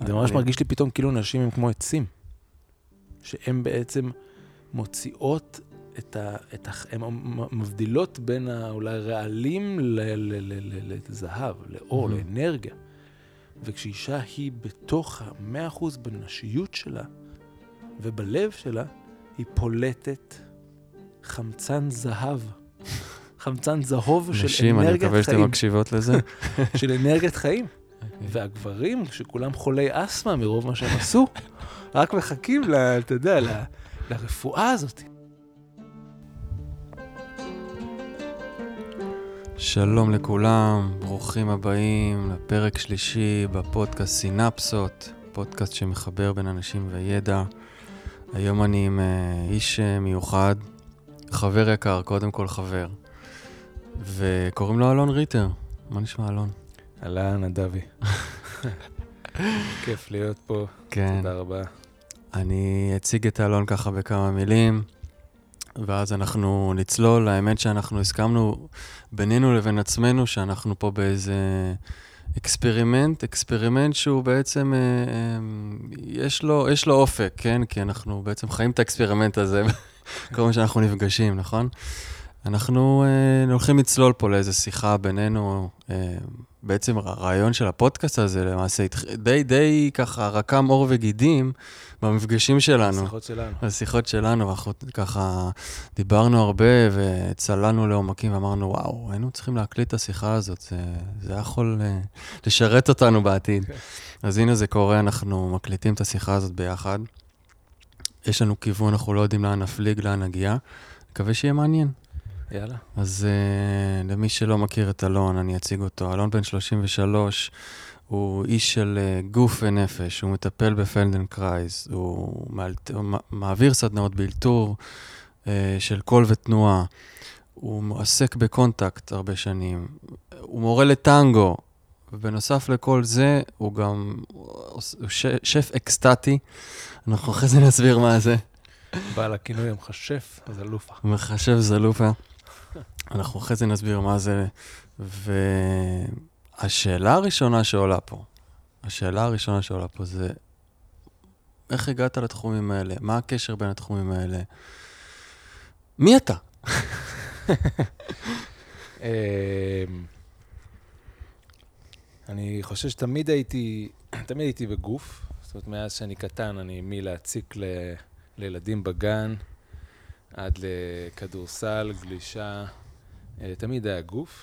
זה ממש מרגיש לי פתאום כאילו נשים הם כמו עצים, שהן בעצם מוציאות הן מבדילות בין אולי רעלים לזהב, לאור, לאנרגיה. וכשאישה היא בתוך 100% בנשיות שלה ובלב שלה, היא פולטת חמצן זהב. חמצן זהוב של נשים, אנרגיית אני מקווה חיים. שאתם מקשיבות לזה. של אנרגיית חיים. והגברים, שכולם חולי אסמה מרוב מה שהם עשו, רק מחכים, אתה יודע, לרפואה הזאת. שלום לכולם, ברוכים הבאים לפרק שלישי בפודקאסט סינפסות, פודקאסט שמחבר בין אנשים וידע. היום אני עם איש מיוחד, חבר יקר, קודם כל חבר, וקוראים לו אלון ריטר. מה נשמע אלון? אהלן, נדבי. כיף להיות פה, כן. תודה רבה. אני אציג את אלון ככה בכמה מילים, ואז אנחנו נצלול. האמת שאנחנו הסכמנו בינינו לבין עצמנו שאנחנו פה באיזה אקספרימנט שהוא בעצם, יש לו אופק, כן? כי אנחנו בעצם חיים את האקספרימנט הזה, כל פעם שאנחנו נפגשים, נכון? אנחנו הולכים לצלול פה לאיזו שיחה בינינו, בעצם הרעיון של הפודקאסט הזה למעשה די ככה רקם עור וגידים במפגשים שלנו. בשיחות שלנו, אנחנו ככה דיברנו הרבה וצללנו לעומקים ואמרנו, וואו, היינו צריכים להקליט את השיחה הזאת, זה יכול לשרת אותנו בעתיד. אז הנה זה קורה, אנחנו מקליטים את השיחה הזאת ביחד. יש לנו כיוון, אנחנו לא יודעים לאן נפליג, לאן נגיע. מקווה שיהיה מעניין. יאללה. אז למי שלא מכיר את אלון, אני אציג אותו. אלון בן 33, הוא איש של גוף ונפש, הוא מטפל בפלדנקרייז, הוא מעביר סדנאות באלתור של קול ותנועה, הוא מועסק בקונטקט הרבה שנים, הוא מורה לטנגו, ובנוסף לכל זה, הוא גם שף אקסטטי, אנחנו אחרי זה נסביר מה זה. בעל הכינוי המחשף זלופה. מחשף זלופה. אנחנו אחרי זה נסביר מה זה. והשאלה הראשונה שעולה פה זה, איך הגעת לתחומים האלה? מה הקשר בין התחומים האלה? מי אתה? אני חושב שתמיד הייתי בגוף. זאת אומרת, מאז שאני קטן, אני מלהציק לילדים בגן, עד לכדורסל, גלישה, תמיד היה גוף.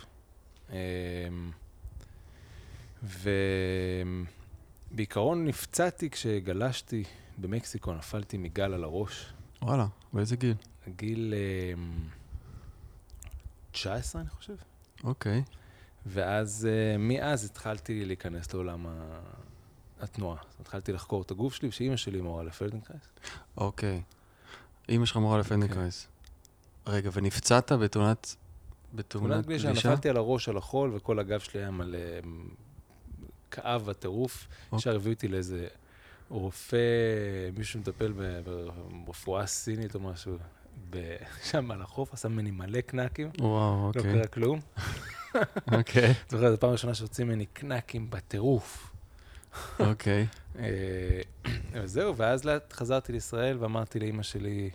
ובעיקרון נפצעתי כשגלשתי במקסיקו, נפלתי מגל על הראש. וואלה, באיזה גיל? גיל 19, אני חושב. אוקיי. ואז, מאז התחלתי להיכנס לעולם התנועה. התחלתי לחקור את הגוף שלי, ושאימא שלי מורה לפלדנקרייז. אוקיי. אמא שלך מורה לפלדנקרייז. רגע, ונפצעת בתאונת גלישה? נפלתי על הראש, על החול, וכל הגב שלי היה מלא כאב וטירוף. ישר הביאו אותי לאיזה רופא, מישהו מטפל ברפואה סינית או משהו, שם על החוף, עשה ממני מלא קנקים. וואו, אוקיי. לא קרה כלום. אוקיי. זוכר, זו פעם ראשונה שהוצאים ממני קנקים בטירוף. אוקיי. וזהו, ואז חזרתי לישראל ואמרתי לאמא שלי,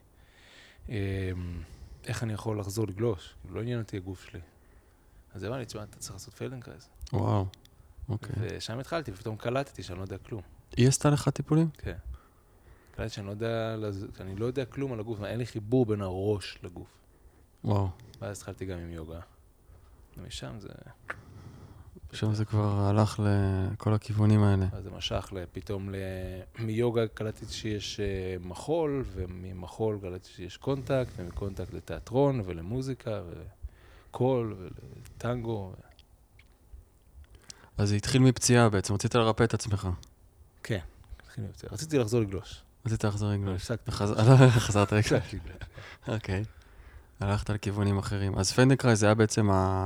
איך אני יכול לחזור לגלוש? לא עניין אותי הגוף שלי. אז אמרה לי, תשמע, אתה צריך לעשות פלדנקרייז. וואו, אוקיי. ושם התחלתי, ופתאום קלטתי שאני לא יודע כלום. היא עשתה לך טיפולים? כן. קלטתי שאני לא יודע כלום על הגוף, אין לי חיבור בין הראש לגוף. וואו. ואז התחלתי גם עם יוגה. ומשם זה... שם זה כבר הלך לכל הכיוונים האלה. אז זה משך פתאום מיוגה קלטתי שיש מחול, וממחול קלטתי שיש קונטקט, ומקונטקט לתיאטרון ולמוזיקה וקול ולטנגו. אז זה התחיל מפציעה בעצם, רצית לרפא את עצמך. כן, התחיל מפציעה. רציתי לחזור לגלוש. רצית לחזור לגלוש. חזרת לגלוש. אוקיי. הלכת לכיוונים אחרים. אז פלדנקרייז זה היה בעצם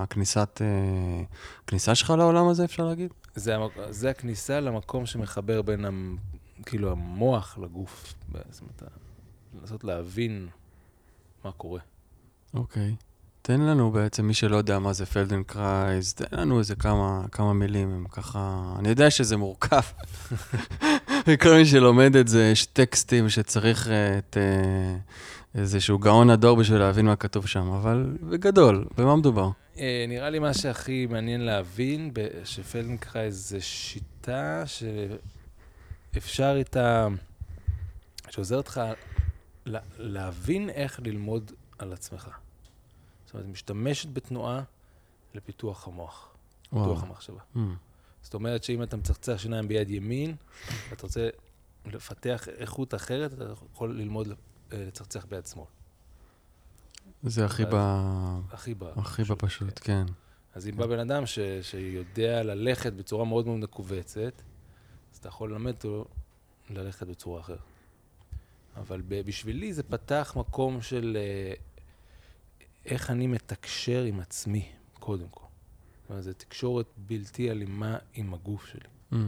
הכניסה שלך לעולם הזה, אפשר להגיד? זה הכניסה למקום שמחבר בין כאילו המוח לגוף. זאת אומרת, לנסות להבין מה קורה. אוקיי. תן לנו בעצם, מי שלא יודע מה זה פלדנקרייז, תן לנו איזה כמה מילים, הם ככה, אני יודע שזה מורכב. וכל מי שלומד את זה, יש טקסטים שצריך את איזשהו גאון הדור בשביל להבין מה כתוב שם, אבל בגדול, במה מדובר? נראה לי מה שהכי מעניין להבין, שפלדנקרייז זה שיטה שאפשר איתה, שעוזרת לך להבין איך ללמוד על עצמך. זאת אומרת, משתמשת בתנועה לפיתוח המוח, פיתוח המחשבה. זאת אומרת שאם אתה מצחצח שיניים ביד ימין, ואתה רוצה לפתח איכות אחרת, אתה יכול ללמוד לצחצח ביד שמאל. זה הכי בפשוט, כן. אז אם בא בן אדם שיודע ללכת בצורה מאוד מאוד מקובצת, אז אתה יכול ללמד אותו ללכת בצורה אחרת. אבל בשבילי זה פתח מקום של איך אני מתקשר עם עצמי, קודם כל. זאת אומרת, זה תקשורת בלתי אלימה עם הגוף שלי.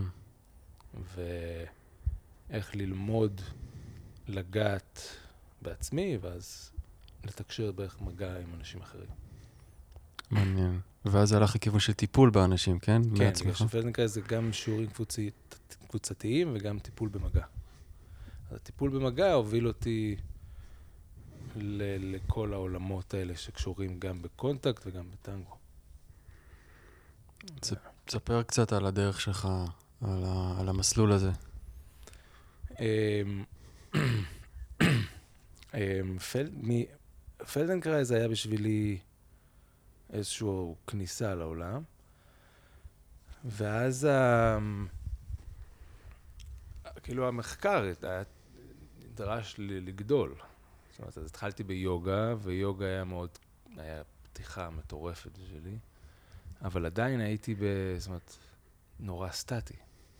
ואיך ללמוד לגעת בעצמי, ואז לתקשר בערך מגע עם אנשים אחרים. מעניין. ואז הלך לכיוון של טיפול באנשים, כן? כן, בגלל שפלדנקרייז זה גם שיעורים קבוצתיים וגם טיפול במגע. אז הטיפול במגע הוביל אותי לכל העולמות האלה שקשורים גם בקונטקט וגם בטנגו. תספר קצת על הדרך שלך, על המסלול הזה. פלדנקרייז היה בשבילי איזושהי כניסה לעולם, ואז כאילו המחקר דרש לגדול. זאת אומרת, אז התחלתי ביוגה, ויוגה היה פתיחה מטורפת שלי, אבל עדיין הייתי זאת אומרת, נורא סטטי.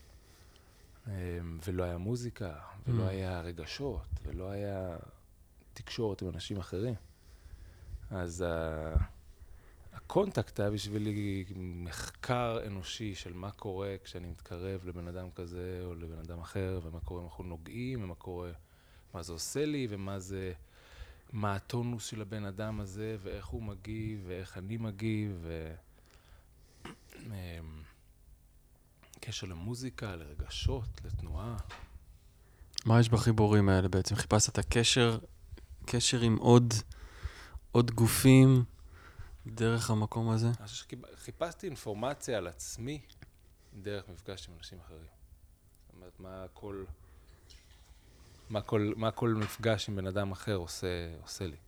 ולא היה מוזיקה, ולא היה רגשות, ולא היה תקשורת עם אנשים אחרים. אז הקונטקט היה בשבילי מחקר אנושי של מה קורה כשאני מתקרב לבן אדם כזה או לבן אדם אחר, ומה קורה אם אנחנו נוגעים, ומה קורה, מה זה עושה לי, מה הטונוס של הבן אדם הזה, ואיך הוא מגיב, ואיך אני מגיב, קשר למוזיקה, לרגשות, לתנועה. מה יש בחיבורים האלה בעצם? חיפשת את קשר עם עוד גופים דרך המקום הזה? חיפשתי אינפורמציה על עצמי דרך מפגש עם אנשים אחרים. זאת אומרת, מה כל מפגש עם בן אדם אחר עושה לי.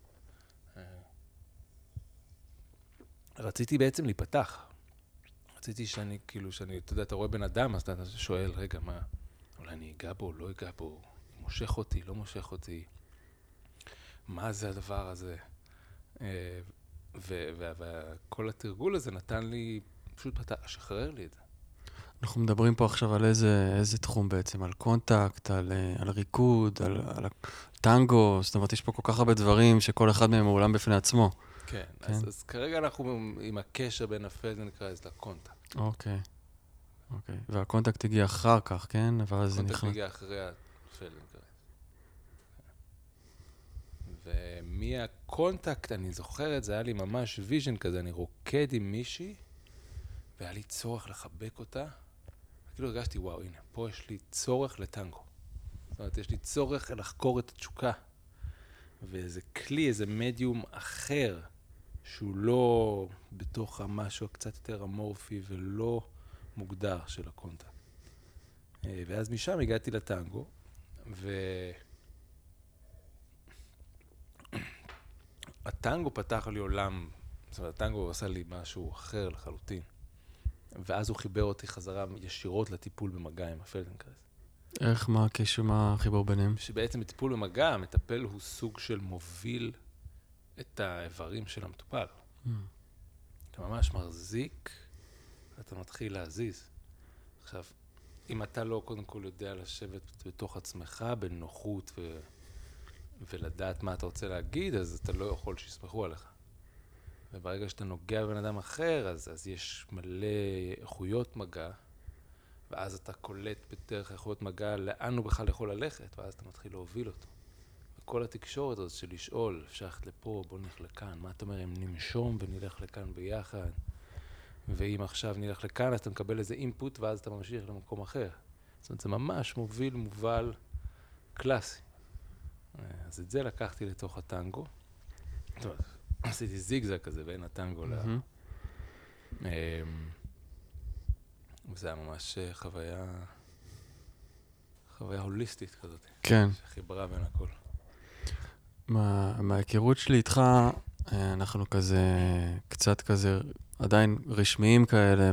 רציתי בעצם להיפתח. רציתי אתה יודע, אתה רואה בן אדם, אז אתה שואל, רגע, מה, אולי אני אגע בו, לא אגע בו, מושך אותי, לא מושך אותי, מה זה הדבר הזה? וכל התרגול הזה נתן לי, פשוט שחרר לי את זה. אנחנו מדברים פה עכשיו על איזה תחום בעצם, על קונטקט, על ריקוד, על טנגו, זאת אומרת, יש פה כל כך הרבה דברים שכל אחד מהם הוא עולם בפני עצמו. כן, אז כרגע אנחנו עם הקשר בין הפלדנקרייז לקונטקט. אוקיי. והקונטקט הגיע אחר כך, כן? הקונטקט הגיע אחרי הפלדנקרייז. ומהקונטקט, אני זוכר את זה, היה לי ממש ויז'ן כזה, אני רוקד עם מישהי, והיה לי צורך לחבק אותה, וכאילו הרגשתי, וואו, הנה, פה יש לי צורך לטנגו. זאת אומרת, יש לי צורך לחקור את התשוקה. ואיזה כלי, איזה מדיום אחר, שהוא לא בתוך המשהו קצת יותר אמורפי ולא מוגדר של הקונטקט. ואז משם הגעתי לטנגו, והטנגו פתח לי עולם, זאת אומרת, הטנגו עשה לי משהו אחר לחלוטין. ואז הוא חיבר אותי חזרה ישירות לטיפול במגע עם הפלדנקרייז. איך, מה הקשר, מה החיבור ביניהם? שבעצם בטיפול במגע, המטפל הוא סוג של מוביל את האיברים של המטופל. אתה ממש מחזיק, אתה מתחיל להזיז. עכשיו, אם אתה לא קודם כל יודע לשבת בתוך עצמך, בנוחות ולדעת מה אתה רוצה להגיד, אז אתה לא יכול שיסמכו עליך. וברגע שאתה נוגע בבן אדם אחר, אז יש מלא איכויות מגע, ואז אתה קולט בדרך איכויות מגע לאן הוא בכלל יכול ללכת, ואז אתה מתחיל להוביל אותו. כל התקשורת הזאת של לשאול, אפשר ללכת לפה, בוא נלך לכאן, מה אתה אומר אם ננשום ונלך לכאן ביחד? ואם עכשיו נלך לכאן, אז אתה מקבל איזה אינפוט, ואז אתה ממשיך למקום אחר. זאת אומרת, זה ממש מובל קלאסי. אז את זה לקחתי לתוך הטנגו. טוב, עשיתי זיגזג כזה בין הטנגו וזה היה ממש חוויה הוליסטית כזאת. כן. שחיברה בין הכל. מההיכרות שלי איתך, אנחנו כזה, קצת כזה, עדיין רשמיים כאלה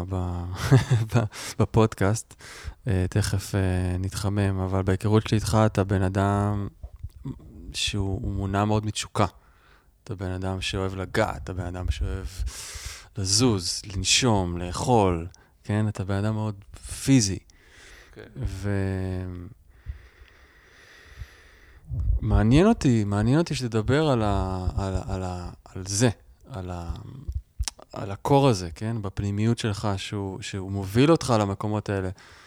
בפודקאסט. תכף נתחמם, אבל בהיכרות שלי איתך אתה בן אדם שהוא מונע מאוד מתשוקה. אתה בן אדם שאוהב לגעת, אתה בן אדם שאוהב לזוז, לנשום, לאכול, כן? אתה בן אדם מאוד פיזי. כן. מעניין אותי שתדבר על זה, על הקור הזה, כן? בפנימיות שלך, שהוא מוביל אותך למקומות האלה,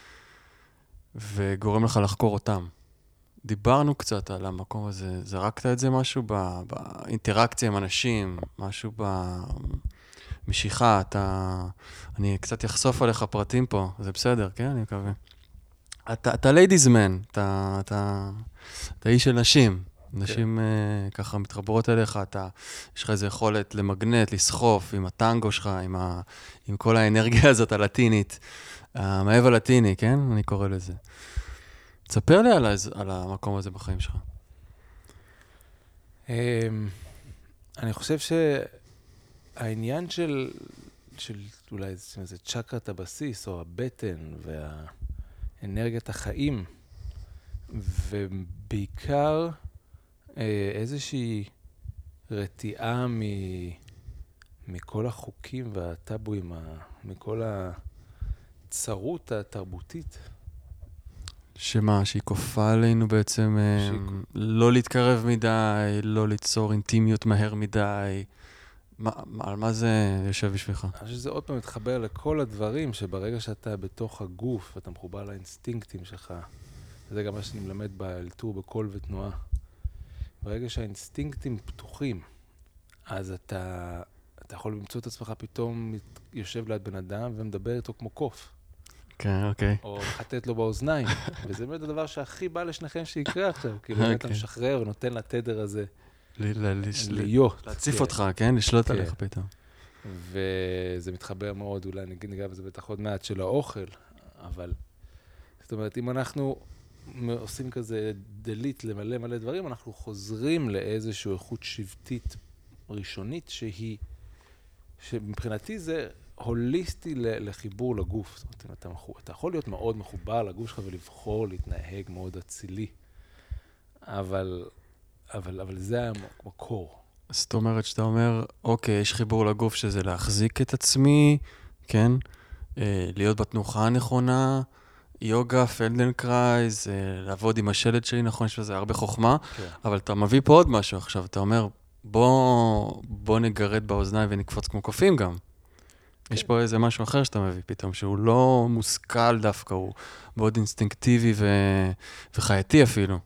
וגורם לך לחקור אותם. דיברנו קצת על המקום הזה, זרקת את זה משהו באינטראקציה עם אנשים, משהו במשיכה, אני קצת אחשוף עליך פרטים פה, זה בסדר, כן? אני מקווה. אתה ladies man, אתה איש של נשים. נשים ככה מתחברות אליך, יש לך איזו יכולת למגנט, לסחוף עם הטנגו שלך, עם כל האנרגיה הזאת הלטינית, המאהב הלטיני, כן? אני קורא לזה. תספר לי על המקום הזה בחיים שלך. אני חושב שהעניין של אולי איזה צ'קרת הבסיס, או הבטן, והאנרגיית החיים, ובעיקר איזושהי רתיעה מכל החוקים והטאבויים, מכל הצרות התרבותית. שמה, שהיא כופה עלינו בעצם לא להתקרב מדי, לא ליצור אינטימיות מהר מדי. על מה זה יושב בשבילך? אני חושב שזה עוד פעם מתחבר לכל הדברים שברגע שאתה בתוך הגוף, ואתה מחובר לאינסטינקטים שלך, זה גם מה שאני מלמד באלתור בקול ותנועה. ברגע שהאינסטינקטים פתוחים, אז אתה יכול למצוא את עצמך פתאום יושב ליד בן אדם ומדבר איתו כמו קוף. כן, אוקיי. או חטט לו באוזניים. וזה באמת הדבר שהכי בא לשניכם שיקרה עכשיו. כאילו, אתה משחרר ונותן לתדר הזה להיות. להציף אותך, כן? לשלוט עליך פתאום. וזה מתחבר מאוד, אולי ניגע בזה בטח עוד מעט של האוכל, אבל זאת אומרת, אם אנחנו עושים כזה דלית למלא מלא דברים, אנחנו חוזרים לאיזושהי איכות שבטית ראשונית שמבחינתי זה הוליסטי לחיבור לגוף. זאת אומרת, אתה יכול להיות מאוד מחובר לגוף שלך ולבחור להתנהג מאוד אצילי, אבל זה המקור. זאת אומרת שאתה אומר, אוקיי, יש חיבור לגוף שזה להחזיק את עצמי, כן? להיות בתנוחה הנכונה, יוגה, פלדנקרייז, לעבוד עם השלד שלי, נכון, יש לזה הרבה חוכמה, אבל אתה מביא פה עוד משהו עכשיו, אתה אומר, בוא נגרד באוזניים ונקפוץ כמו קופים גם. יש פה איזה משהו אחר שאתה מביא פתאום, שהוא לא מושכל דווקא, הוא מאוד אינסטינקטיבי וחייתי אפילו.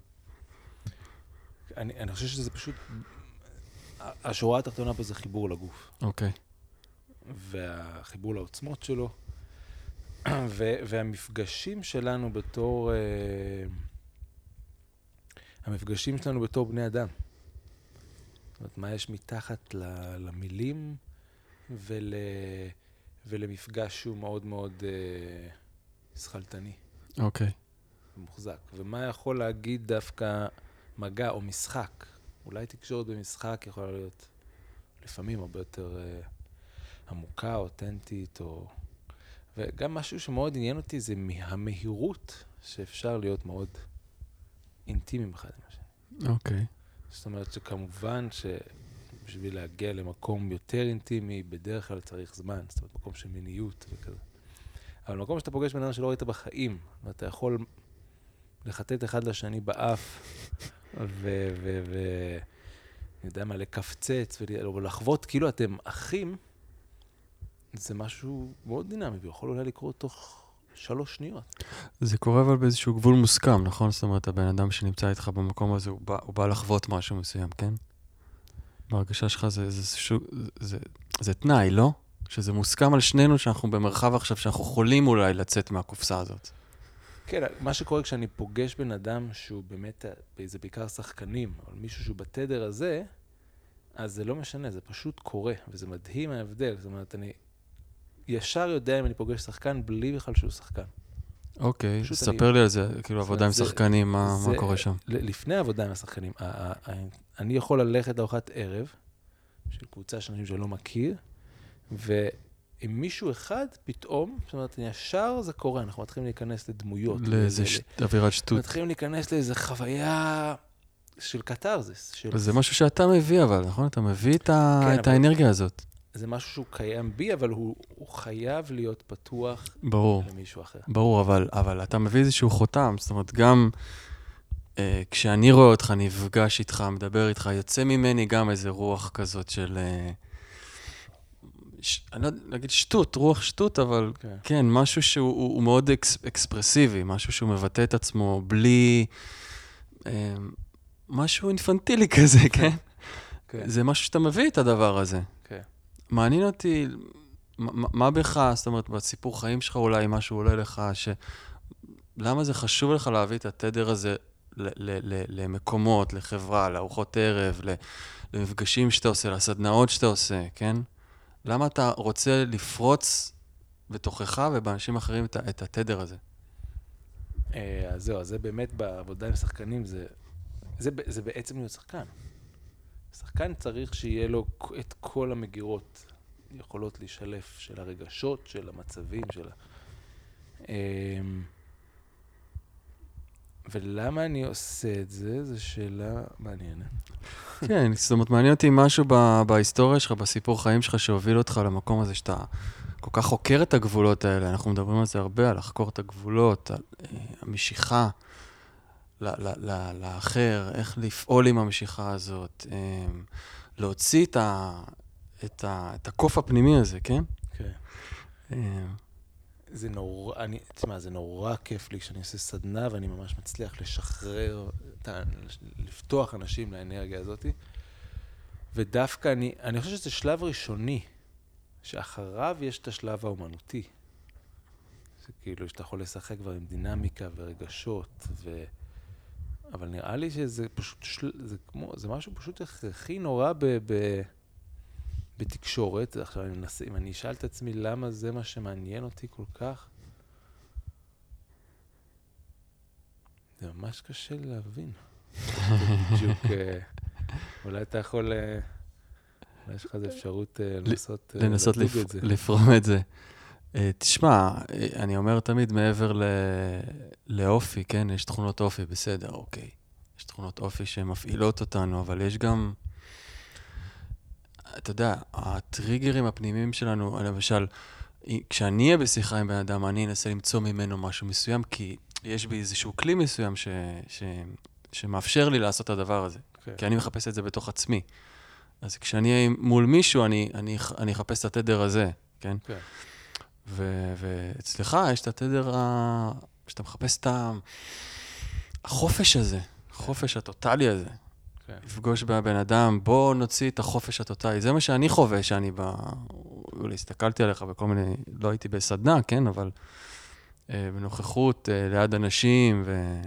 אני חושב שזה פשוט, השורה התחתונה פה זה חיבור לגוף. אוקיי. והחיבור לעוצמות שלו, והמפגשים שלנו בתור בני אדם. זאת אומרת, מה יש מתחת למילים ולמפגש שהוא מאוד מאוד שכלתני. אוקיי. מוחזק. ומה יכול להגיד דווקא מגע או משחק? אולי תקשורת במשחק יכולה להיות לפעמים הרבה יותר עמוקה, אותנטית, וגם משהו שמאוד עניין אותי זה המהירות שאפשר להיות מאוד אינטימיים אחד עם השני. אוקיי. זאת אומרת שכמובן שבשביל להגיע למקום יותר אינטימי, בדרך כלל צריך זמן, זאת אומרת מקום של מיניות וכזה. אבל מקום שאתה פוגש בן אדם שלא ראית בחיים, ואתה יכול לחטט אחד לשני באף, אני יודע מה, לקפצץ ולחוות כאילו אתם אחים, זה משהו מאוד דינמי, ויכול אולי לקרות תוך 3 שניות. זה קורה אבל באיזשהו גבול מוסכם, נכון? זאת אומרת, הבן אדם שנמצא איתך במקום הזה, הוא בא לחוות משהו מסוים, כן? בהרגשה שלך זה תנאי, לא? שזה מוסכם על שנינו שאנחנו במרחב עכשיו, שאנחנו יכולים אולי לצאת מהקופסה הזאת. כן, מה שקורה כשאני פוגש בן אדם שהוא באמת, זה בעיקר שחקנים, אבל מישהו שהוא בתדר הזה, אז זה לא משנה, זה פשוט קורה, וזה מדהים ההבדל. זאת אומרת, אני ישר יודע אם אני פוגש שחקן בלי בכלל שהוא שחקן. אוקיי, ספר לי על זה, כאילו עבודה עם שחקנים, מה קורה שם? לפני העבודה עם השחקנים, אני יכול ללכת לארוחת ערב, של קבוצה של אנשים שלא מכיר, ועם מישהו אחד פתאום, זאת אומרת, ישר זה קורה, אנחנו מתחילים להיכנס לדמויות. לאיזה אווירת שטות. מתחילים להיכנס לאיזה חוויה של קטרזיס. זה משהו שאתה מביא אבל, נכון? אתה מביא את האנרגיה הזאת. זה משהו שהוא קיים בי, אבל הוא חייב להיות פתוח למישהו אחר. ברור, אבל אתה מביא איזשהו חותם, זאת אומרת, גם כשאני רואה אותך, נפגש איתך, מדבר איתך, יוצא ממני גם איזה רוח כזאת של, אני לא אגיד שטות, רוח שטות, אבל כן, משהו שהוא מאוד אקספרסיבי, משהו שהוא מבטא את עצמו בלי, משהו אינפנטילי כזה, כן? זה משהו שאתה מביא את הדבר הזה. מעניין אותי, מה בך, זאת אומרת, בסיפור חיים שלך אולי משהו עולה לך, למה זה חשוב לך להביא את התדר הזה למקומות, לחברה, לארוחות ערב, למפגשים שאתה עושה, לסדנאות שאתה עושה, כן? למה אתה רוצה לפרוץ בתוכך ובאנשים אחרים את התדר הזה? אז זהו, זה באמת בעבודה עם שחקנים, זה בעצם להיות שחקן. שחקן צריך שיהיה לו את כל המגירות יכולות להישלף של הרגשות, של המצבים, ולמה אני עושה את זה? זו שאלה מעניינת. כן, זאת אומרת, מעניין אותי משהו בהיסטוריה שלך, בסיפור חיים שלך, שהוביל אותך למקום הזה שאתה כל כך חוקר את הגבולות האלה. אנחנו מדברים על זה הרבה, על לחקור את הגבולות, על המשיכה לאחר, איך לפעול עם המשיכה הזאת, להוציא את הקוף הפנימי הזה, כן? כן. זה נורא כיף לי כשאני עושה סדנה, ואני ממש מצליח לשחרר, לפתוח אנשים לאנרגיה הזאת. ודווקא אני חושב שזה שלב ראשוני, שאחריו יש את השלב האומנותי. זה כאילו שאתה יכול לשחק כבר עם דינמיקה ורגשות, אבל נראה לי שזה פשוט, זה משהו פשוט הכרחי נורא בתקשורת. עכשיו אם אני אשאל את עצמי למה זה מה שמעניין אותי כל כך, זה ממש קשה להבין. בדיוק, אולי אתה יכול, אולי יש לך איזו אפשרות לנסות לפרום את זה. תשמע, אני אומר תמיד מעבר לאופי, כן? יש תכונות אופי, בסדר, אוקיי. יש תכונות אופי שמפעילות אותנו, אבל יש גם, אתה יודע, הטריגרים הפנימיים שלנו, למשל, כשאני אהיה בשיחה עם בן אדם, אני אנסה למצוא ממנו משהו מסוים, כי יש בי איזשהו כלי מסוים שמאפשר לי לעשות את הדבר הזה. כי אני מחפש את זה בתוך עצמי. אז כשאני אהיה מול מישהו, אני אחפש את התדר הזה, כן? ואצלך יש את התדר, שאתה מחפש את החופש הזה, החופש הטוטלי הזה. לפגוש בבן אדם, בוא נוציא את החופש הטוטלי. זה מה שאני חווה, שאני הסתכלתי עליך בכל מיני, לא הייתי בסדנה, כן, אבל בנוכחות ליד אנשים,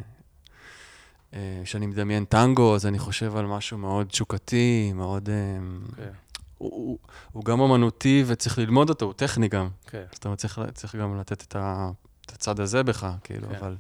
כשאני מדמיין טנגו, אז אני חושב על משהו מאוד תשוקתי, מאוד, הוא גם אומנותי וצריך ללמוד אותו, הוא טכני גם. זאת אומרת, צריך גם לתת את הצד הזה בך, כאילו, אבל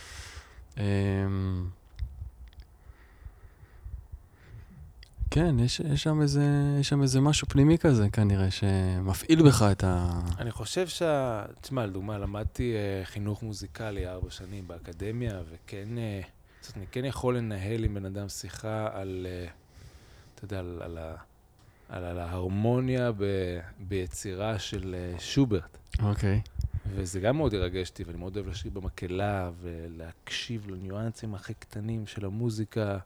כן, יש שם איזה משהו פנימי כזה, כנראה, שמפעיל בך את אני חושב תשמע, לדוגמה, למדתי חינוך מוזיקלי 4 שנים באקדמיה, וכן, זאת אומרת, אני כן יכול לנהל עם בן אדם שיחה על, אתה יודע, על ההרמוניה ביצירה של שוברט. אוקיי. וזה גם מאוד ירגש אותי, ואני מאוד אוהב לשיר במקהלה, ולהקשיב לניואנסים הכי קטנים של המוזיקה.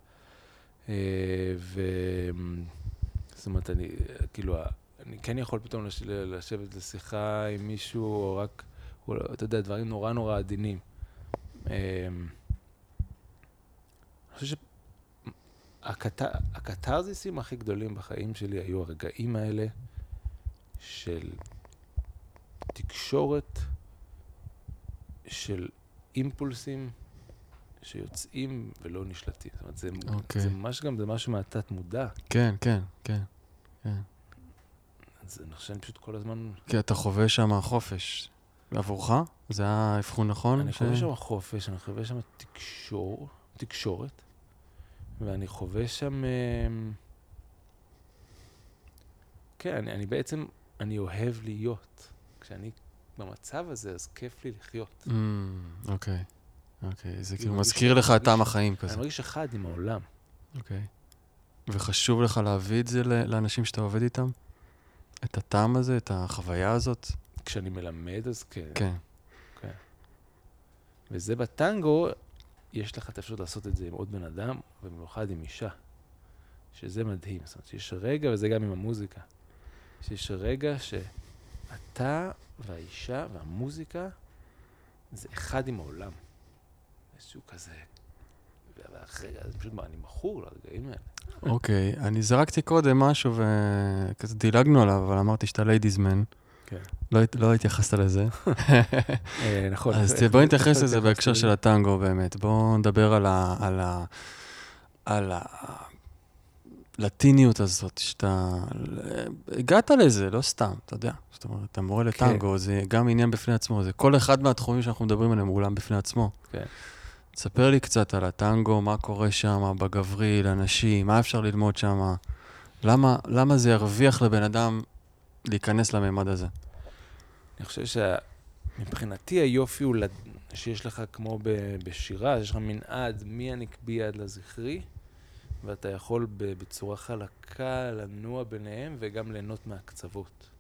זאת אומרת, אני כן יכול פתאום לשבת לשיחה עם מישהו, אתה יודע, דברים נורא נורא עדינים. אני חושב שהקתרזיסים הכי גדולים בחיים שלי היו הרגעים האלה של תקשורת, של אימפולסים שיוצאים ולא נשלטים. זאת אומרת, זה ממש גם, זה משהו מהתת מודע. כן, כן, כן. אז אני חושב פשוט כל הזמן... כי אתה חווה שם חופש. עבורך? זה היה הבחון נכון? אני חווה שם חופש, אני חווה שם תקשורת, ואני חווה שם... כן, אני בעצם, אני אוהב להיות. כשאני במצב הזה, אז כיף לי לחיות. אוקיי. זה כאילו מזכיר לך את טעם החיים כזה. אני מרגיש אחד עם העולם. אוקיי. וחשוב לך להביא את זה לאנשים שאתה עובד איתם? את הטעם הזה, את החוויה הזאת? כשאני מלמד, אז כן. כן. וזה בטנגו, יש לך את האפשרות לעשות את זה עם עוד בן אדם, ובמיוחד עם אישה. שזה מדהים. זאת אומרת, שיש רגע, וזה גם עם המוזיקה, שיש רגע שאתה והאישה והמוזיקה, זה אחד עם העולם. איזשהו כזה... ואחרי, אז פשוט אני מכור לרגעים האלה. אוקיי, אני זרקתי קודם משהו וכזה דילגנו עליו, אבל אמרתי שאתה ליידיזמן. כן. לא התייחסת לזה. נכון. אז בואי נתייחס לזה בהקשר של הטנגו באמת. בואו נדבר על הלטיניות הזאת, שאתה הגעת לזה, לא סתם, אתה יודע. זאת אומרת, אתה מורה לטנגו, זה גם עניין בפני עצמו, זה כל אחד מהתחומים שאנחנו מדברים עליהם הוא עולם בפני עצמו. כן. תספר לי קצת על הטנגו, מה קורה שם, בגברי, לאנשים, מה אפשר ללמוד שם, למה זה ירוויח לבן אדם להיכנס לממד הזה? אני חושב שמבחינתי היופי הוא שיש לך כמו בשירה, יש לך מנעד מהנקבי עד לזכרי, ואתה יכול בצורה חלקה לנוע ביניהם וגם ליהנות מהקצוות.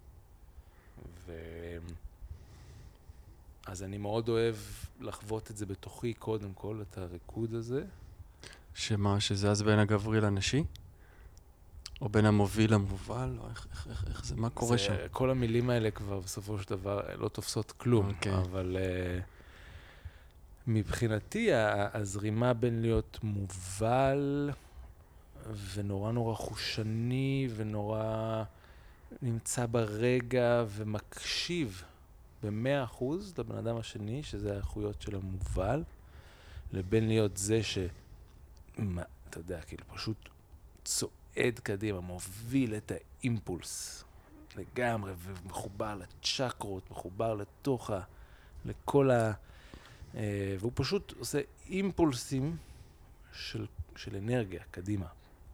אז אני מאוד אוהב לחוות את זה בתוכי קודם כל, את הריקוד הזה. שזה אז בין הגברי לנשי? או בין המוביל למובל? או איך זה, מה קורה שם? כל המילים האלה כבר בסופו של דבר לא תופסות כלום, אבל מבחינתי הזרימה בין להיות מובל ונורא נורא חושני ונורא נמצא ברגע ומקשיב ב100% לבן אדם השני, שזה האיכויות של המובל, לבין להיות זה אתה יודע, כאילו פשוט צועד קדימה, מוביל את האימפולס לגמרי, ומחובר לצ'קרות, מחובר לתוך לכל והוא פשוט עושה אימפולסים של אנרגיה קדימה.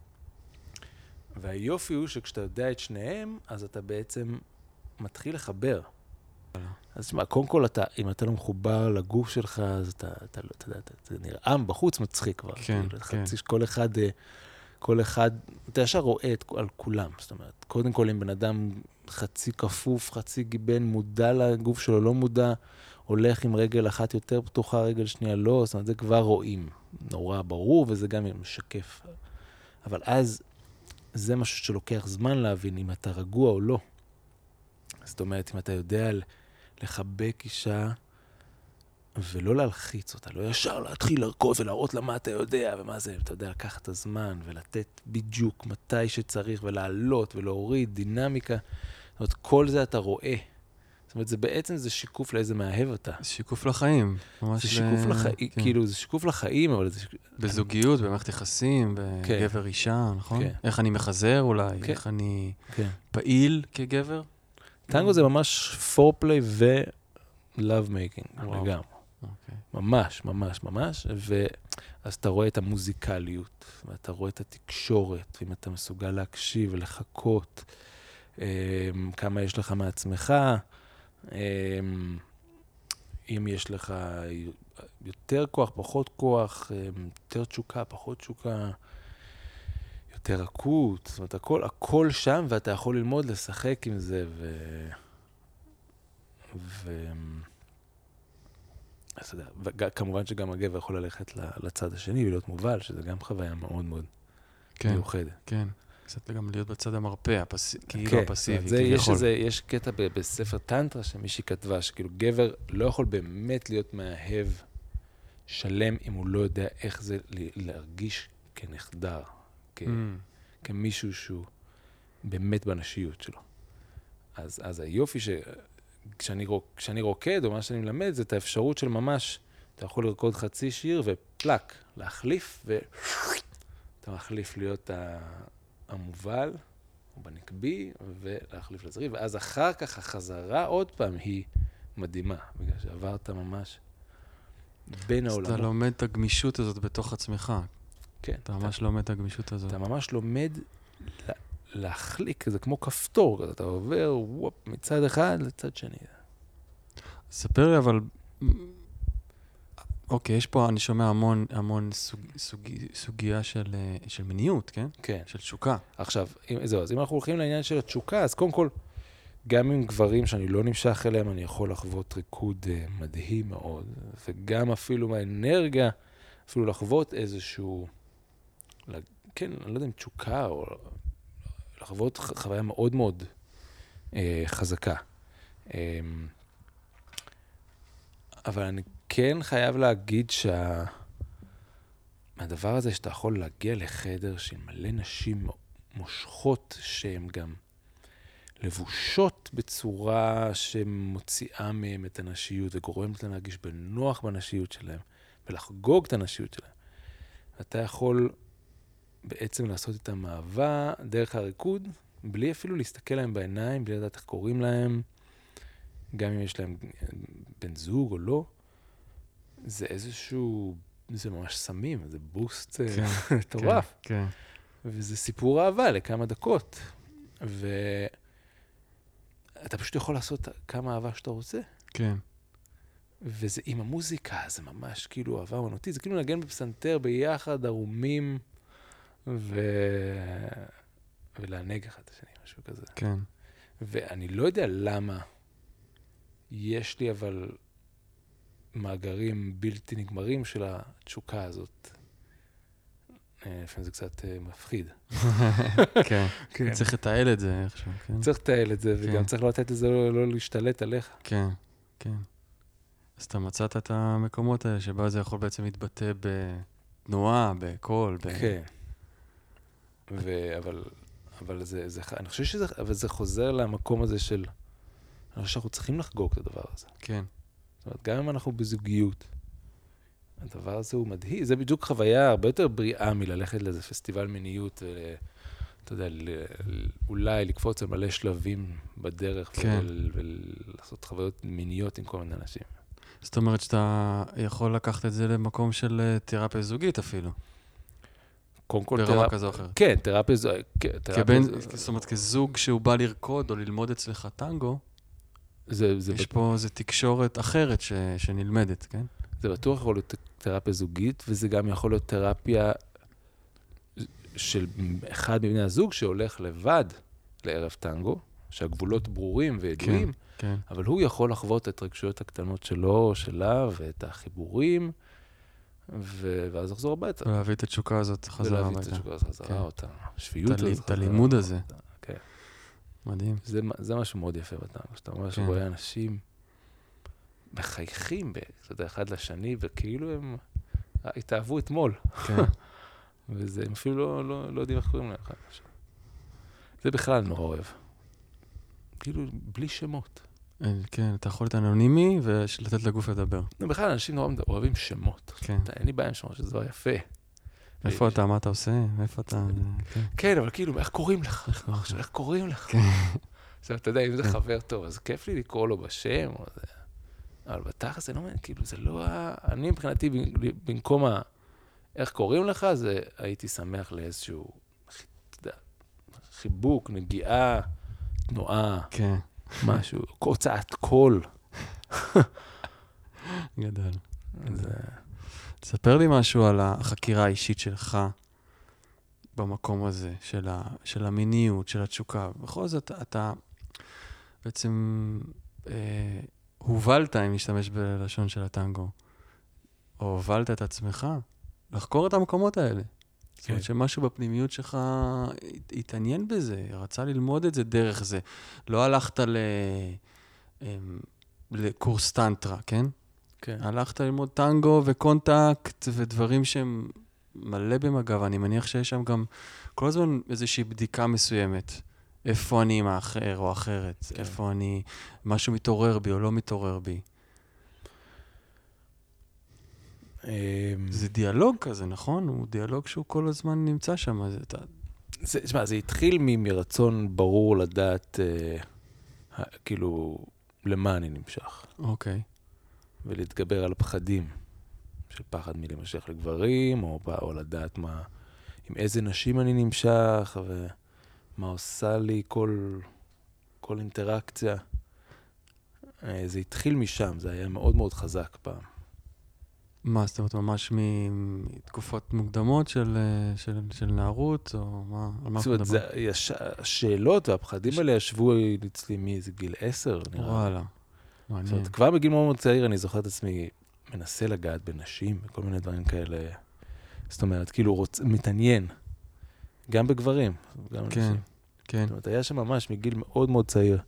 והיופי הוא שכשאתה יודע את שניהם, אז אתה בעצם מתחיל לחבר. אז תשמע, קודם כל, אם אתה לא מחובר לגוף שלך, אז אתה נראה בחוץ מצחיק כבר. כן, כן. כל אחד, אתה ישר רואה על כולם. זאת אומרת, קודם כל, אם בן אדם חצי כפוף, חצי גיבן, מודע לגוף שלו, לא מודע, הולך עם רגל אחת יותר פתוחה, רגל שנייה לא, זאת אומרת, זה כבר רואים. נורא ברור, וזה גם משקף. אבל אז, זה משהו שלוקח זמן להבין אם אתה רגוע או לא. זאת אומרת, אם אתה יודע לחבק אישה ולא להלחיץ אותה, לא ישר להתחיל לרקוד ולהראות לה מה אתה יודע ומה זה, אתה יודע, לקחת את הזמן ולתת בדיוק מתי שצריך ולעלות ולהוריד דינמיקה. זאת אומרת, כל זה אתה רואה. זאת אומרת, זה שיקוף לאיזה מאהב אתה. זה שיקוף לחיים. זה שיקוף לחיים, כאילו, זה שיקוף לחיים, אבל זה... בזוגיות, במערכת יחסים, בגבר אישה, נכון? איך אני מחזר אולי, איך אני פעיל כגבר? טנגו זה ממש פורפליי ו-love making, לגמרי. ממש, ממש, ממש. ואז אתה רואה את המוזיקליות, ואתה רואה את התקשורת, ואם אתה מסוגל להקשיב ולחכות, כמה יש לך מעצמך, אם יש לך יותר כוח, פחות כוח, יותר תשוקה, פחות תשוקה, יותר רכות, זאת אומרת, הכל שם, ואתה יכול ללמוד לשחק עם זה, אז אתה יודע, כמובן שגם הגבר יכול ללכת לצד השני ולהיות מובל, שזה גם חוויה מאוד מאוד מיוחדת. כן. קצת גם להיות בצד המרפא, כאילו כן, הפסיבי, יש קטע בספר טנטרה שמישהי כתבה, שכאילו גבר לא יכול באמת להיות מאהב שלם אם הוא לא יודע איך זה להרגיש כנחדר, כמישהו שהוא באמת בנשיות שלו. אז היופי כשאני רוקד, או מה שאני מלמד, זה את האפשרות של ממש, אתה יכול לרקוד חצי שיר ופלק, להחליף, ואתה מחליף להיות המובל, או בנקבי, ולהחליף לזרי, ואז אחר כך החזרה עוד פעם היא מדהימה, בגלל שעברת ממש בין העולמות. אז אתה לומד את הגמישות הזאת בתוך עצמך. כן. אתה ממש לומד את הגמישות הזאת. אתה ממש לומד להחליק, זה כמו כפתור, אתה עובר מצד אחד לצד שני. ספר לי, אבל... אוקיי, יש פה, אני שומע המון סוגיה של מיניות, כן? כן. של תשוקה. עכשיו, אז אם אנחנו הולכים לעניין של התשוקה, אז קודם כל, גם עם גברים שאני לא נמשך אליהם, אני יכול לחוות ריקוד מדהים מאוד, וגם אפילו מהאנרגיה, אפילו לחוות איזשהו, כן, אני לא יודע אם תשוקה, או לחוות חוויה מאוד מאוד חזקה. אבל אני כן חייב להגיד מהדבר הזה שאתה יכול להגיע לחדר של מלא נשים מושכות שהן גם לבושות בצורה שמוציאה מהם את הנשיות וגורמת להם להרגיש בנוח בנשיות שלהם ולחגוג את הנשיות שלהם. אתה יכול בעצם לעשות את המעבר דרך הריקוד בלי אפילו להסתכל להם בעיניים, בלי לדעת איך קוראים להם, גם אם יש להם בן זוג או לא. זה איזשהו, זה ממש סמים, זה בוסט מטורף. כן. וזה סיפור אהבה לכמה דקות. ואתה פשוט יכול לעשות כמה אהבה שאתה רוצה. כן. וזה עם המוזיקה, זה ממש כאילו אהבה אומנותית. זה כאילו לנגן בפסנתר ביחד, ערומים, ולענג אחד השני, משהו כזה. כן. ואני לא יודע למה יש לי אבל מאגרים בלתי נגמרים של התשוקה הזאת. לפעמים זה קצת מפחיד. כן. צריך לתעל את זה איכשהו, כן? צריך לתעל את זה, וגם צריך לא לתת את זה לא להשתלט עליך. כן, כן. אז אתה מצאת את המקומות האלה, שבה זה יכול בעצם להתבטא בתנועה, בקול, כן. אבל אני חושב שזה חוזר למקום הזה של, אני חושב שאנחנו צריכים לחגוג את הדבר הזה. כן. זאת אומרת, גם אם אנחנו בזוגיות, הדבר הזה הוא מדהים. זה בדיוק חוויה הרבה יותר בריאה מללכת לאיזה פסטיבל מיניות, אתה יודע, אולי לקפוץ על מלא שלבים בדרך, ולעשות חוויות מיניות עם כל מיני אנשים. זאת אומרת שאתה יכול לקחת את זה למקום של תרפיה זוגית אפילו. ברמה כזו או אחרת. כן, תרפיה זוגית. זאת אומרת, כזוג שהוא בא לרקוד או ללמוד אצלך טנגו, יש פה איזו תקשורת אחרת שנלמדת, כן? זה בטוח יכול להיות תרפיה זוגית, וזה גם יכול להיות תרפיה של אחד מבני הזוג שהולך לבד לערב טנגו, שהגבולות ברורים וידועים, כן. אבל הוא יכול לחוות את רגשויות הקטנות שלו או שלה, ואת החיבורים, ואז לחזור הביתה. ולהביא את התשוקה הזאת חזרה הביתה. ולהביא את התשוקה הזאת חזרה, או את השפיות הזאת. את הלימוד הזה. כן. מדהים. זה משהו מאוד יפה בטנגו, שאתה ממש רואה אנשים מחייכים, אתה יודע, אחד לשני, וכאילו הם התאהבו אתמול. כן. וזה, הם אפילו לא יודעים איך קוראים להם. זה בכלל נורא אוהב. כאילו, בלי שמות. כן, אתה יכול להיות אנונימי ולתת לגוף לדבר. בכלל, אנשים נורא אוהבים שמות. כן. אין לי בעיה עם שמות, שזה דבר יפה. איפה אתה, מה אתה עושה? איפה אתה... כן, אבל כאילו, איך קוראים לך? איך קוראים לך? עכשיו, אתה יודע, אם זה חבר טוב, אז כיף לי לקרוא לו בשם, או זה... אבל בתכל'ס זה לא מעניין, כאילו, זה לא... אני מבחינתי, במקום איך קוראים לך, זה הייתי שמח לאיזשהו חיבוק, נגיעה, תנועה, משהו, הוצאת קול. גדול. תספר לי משהו על החקירה האישית שלך במקום הזה, של המיניות, של התשוקה. בכל זאת, אתה בעצם הובלת, אם נשתמש בלשון של הטנגו, או הובלת את עצמך לחקור את המקומות האלה. זאת אומרת שמשהו בפנימיות שלך התעניין בזה, רצה ללמוד את זה דרך זה. לא הלכת לקורס טנטרה, כן? כן. הלכת ללמוד טנגו וקונטקט ודברים שהם מלא במגע, ואני מניח שיש שם גם כל הזמן איזושהי בדיקה מסוימת. איפה אני עם האחר או אחרת, כן. איפה אני, משהו מתעורר בי או לא מתעורר בי. זה דיאלוג כזה, נכון? הוא דיאלוג שהוא כל הזמן נמצא שם. זה התחיל מרצון ברור לדעת, כאילו, למה אני נמשך. אוקיי. ולהתגבר על הפחדים של פחד מלמשך לגברים, או לדעת עם איזה נשים אני נמשך, ומה עושה לי כל אינטראקציה. זה התחיל משם, זה היה מאוד מאוד חזק פעם. מה, זאת אומרת, ממש מתקופות מוקדמות של נערות, או מה? זאת אומרת, השאלות והפחדים האלה ישבו אצלי מאיזה גיל 10, נראה. וואלה. זאת אומרת, כבר בגיל מאוד מאוד צעיר אני זוכר את עצמי מנסה לגעת בנשים, וכל מיני דברים כאלה. זאת אומרת, כאילו מתעניין. גם בגברים, גם בנשים. כן. זאת אומרת, היה שם ממש מגיל מאוד מאוד צעיר.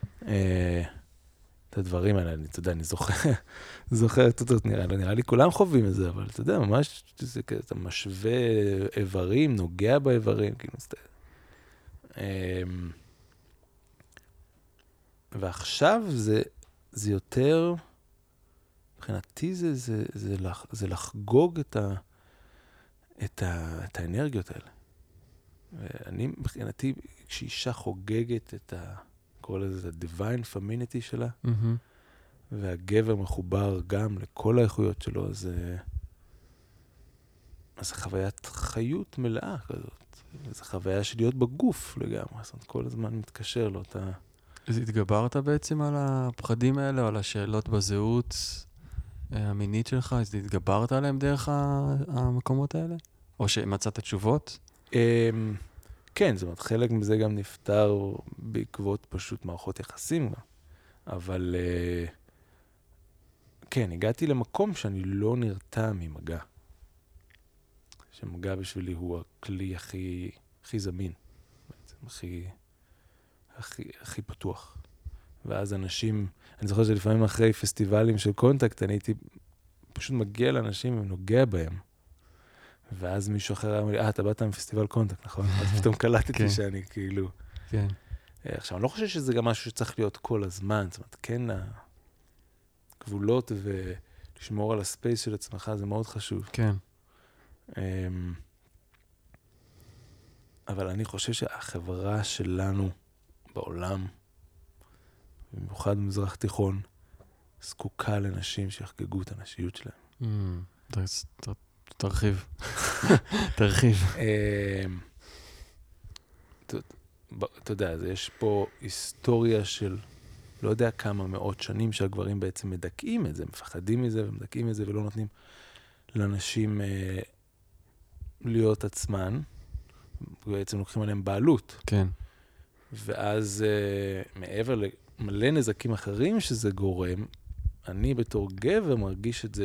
את הדברים האלה, אני זוכר את אותו, נראה לי כולם חווים את זה, אבל אתה יודע, ממש, אתה משווה איברים, נוגע באיברים, כאילו, ועכשיו זה יותר, מבחינתי זה לחגוג את האנרגיות האלה. ואני, מבחינתי, כשאישה חוגגת את קורא לזה divine femininity שלה, והגבר מחובר גם לכל האיכויות שלו, אז זה חוויית חיות מלאה כזאת. זה חוויה של להיות בגוף לגמרי, זאת אומרת, כל הזמן מתקשר לאותה... אז התגברת בעצם על הפחדים האלה, או על השאלות בזהות המינית שלך? אז התגברת עליהם דרך המקומות האלה? או שמצאת תשובות? כן, זאת אומרת, חלק מזה גם נפטר בעקבות פשוט מערכות יחסים גם. אבל כן, הגעתי למקום שאני לא נרתע ממגע. שמגע בשבילי הוא הכלי הכי זמין, בעצם, הכי פתוח. ואז אנשים, אני זוכר שלפעמים אחרי פסטיבלים של קונטקט, אני הייתי פשוט מגיע לאנשים ונוגע בהם. ואז מישהו אחר אמר לי, אתה באת מפסטיבל קונטקט, נכון? אז פתאום קלטתי שאני כאילו... כן. עכשיו, אני לא חושב שזה גם משהו שצריך להיות כל הזמן, זאת אומרת, כן, הגבולות ולשמור על הספייס של עצמך, זה מאוד חשוב. כן. אבל אני חושב שהחברה שלנו בעולם, במיוחד במזרח תיכון, זקוקה לנשים שיחגגו את הנשיות שלהם. תרחיב. תרחיב. אתה יודע, יש פה היסטוריה של לא יודע כמה מאות שנים שהגברים בעצם מדכאים את זה, מפחדים מזה ומדכאים את זה ולא נותנים לאנשים להיות עצמן, בעצם לוקחים עליהם בעלות. כן. ואז מעבר למלא נזקים אחרים שזה גורם, אני בתור גבר מרגיש את זה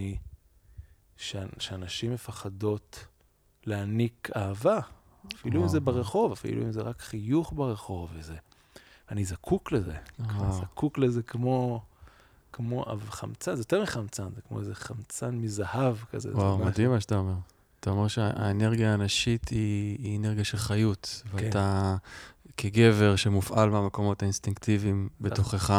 שאנשים מפחדות להעניק אהבה. אפילו אם זה ברחוב, אפילו אם זה רק חיוך ברחוב וזה. אני זקוק לזה. זקוק לזה כמו חמצן, זה יותר מחמצן, זה כמו איזה חמצן מזהב כזה. וואו, מדהים מה שאתה אומר. אתה אומר שהאנרגיה האנשית היא אנרגיה של חיות, ואתה כגבר שמופעל מהמקומות האינסטינקטיביים בתוכך,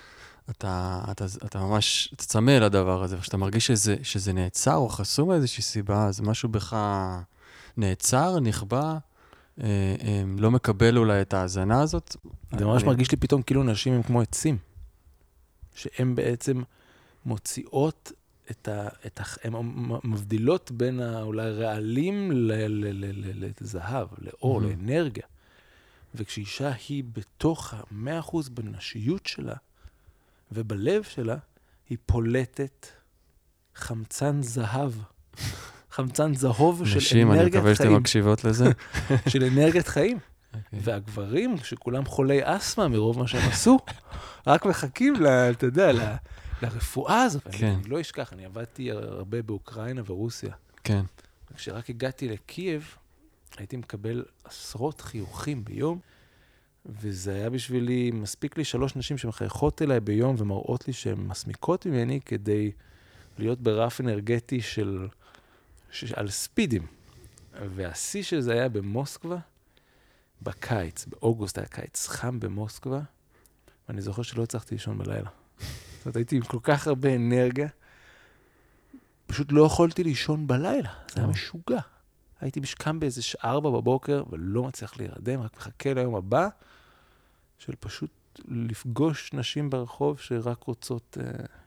אתה ממש צמא לדבר הזה, וכשאתה מרגיש שזה נעצר או חסום מאיזושהי סיבה, אז משהו בך נעצר, נכבה, לא מקבל אולי את ההזנה הזאת. זה ממש מרגיש לי פתאום כאילו נשים הם כמו עצים, שהן בעצם מוציאות הן מבדילות בין אולי רעלים לזהב, לאור, לאנרגיה. וכשאישה היא בתוך 100% בנשיות שלה, ובלב שלה, היא פולטת חמצן זהב. חמצן זהוב של אנרגיית חיים. נשים, אני מקווה שאתם מקשיבות לזה. של אנרגיית חיים. והגברים, שכולם חולי אסמה מרוב מה שהם עשו, רק מחכים, אתה יודע, לרפואה הזאת. אני לא אשכח, אני עבדתי הרבה באוקראינה ורוסיה. כן. כשרק הגעתי לקייב, הייתי מקבל עשרות חיוכים ביום, וזה היה בשבילי, מספיק לי 3 נשים שמחייכות אליי ביום, ומראות לי שהן מסמיקות ממני, כדי להיות ברף אנרגטי על ספידים. והשיא של זה היה במוסקבה, בקיץ, באוגוסט היה קיץ חם במוסקבה, ואני זוכר שלא הצלחתי לישון בלילה. זאת אומרת, הייתי עם כל כך הרבה אנרגיה, פשוט לא יכולתי לישון בלילה, זה היה משוגע. הייתי קם באיזה 4 בבוקר, ולא מצליח להירדם, רק מחכה ליום הבא, של פשוט לפגוש נשים ברחוב שרק רוצות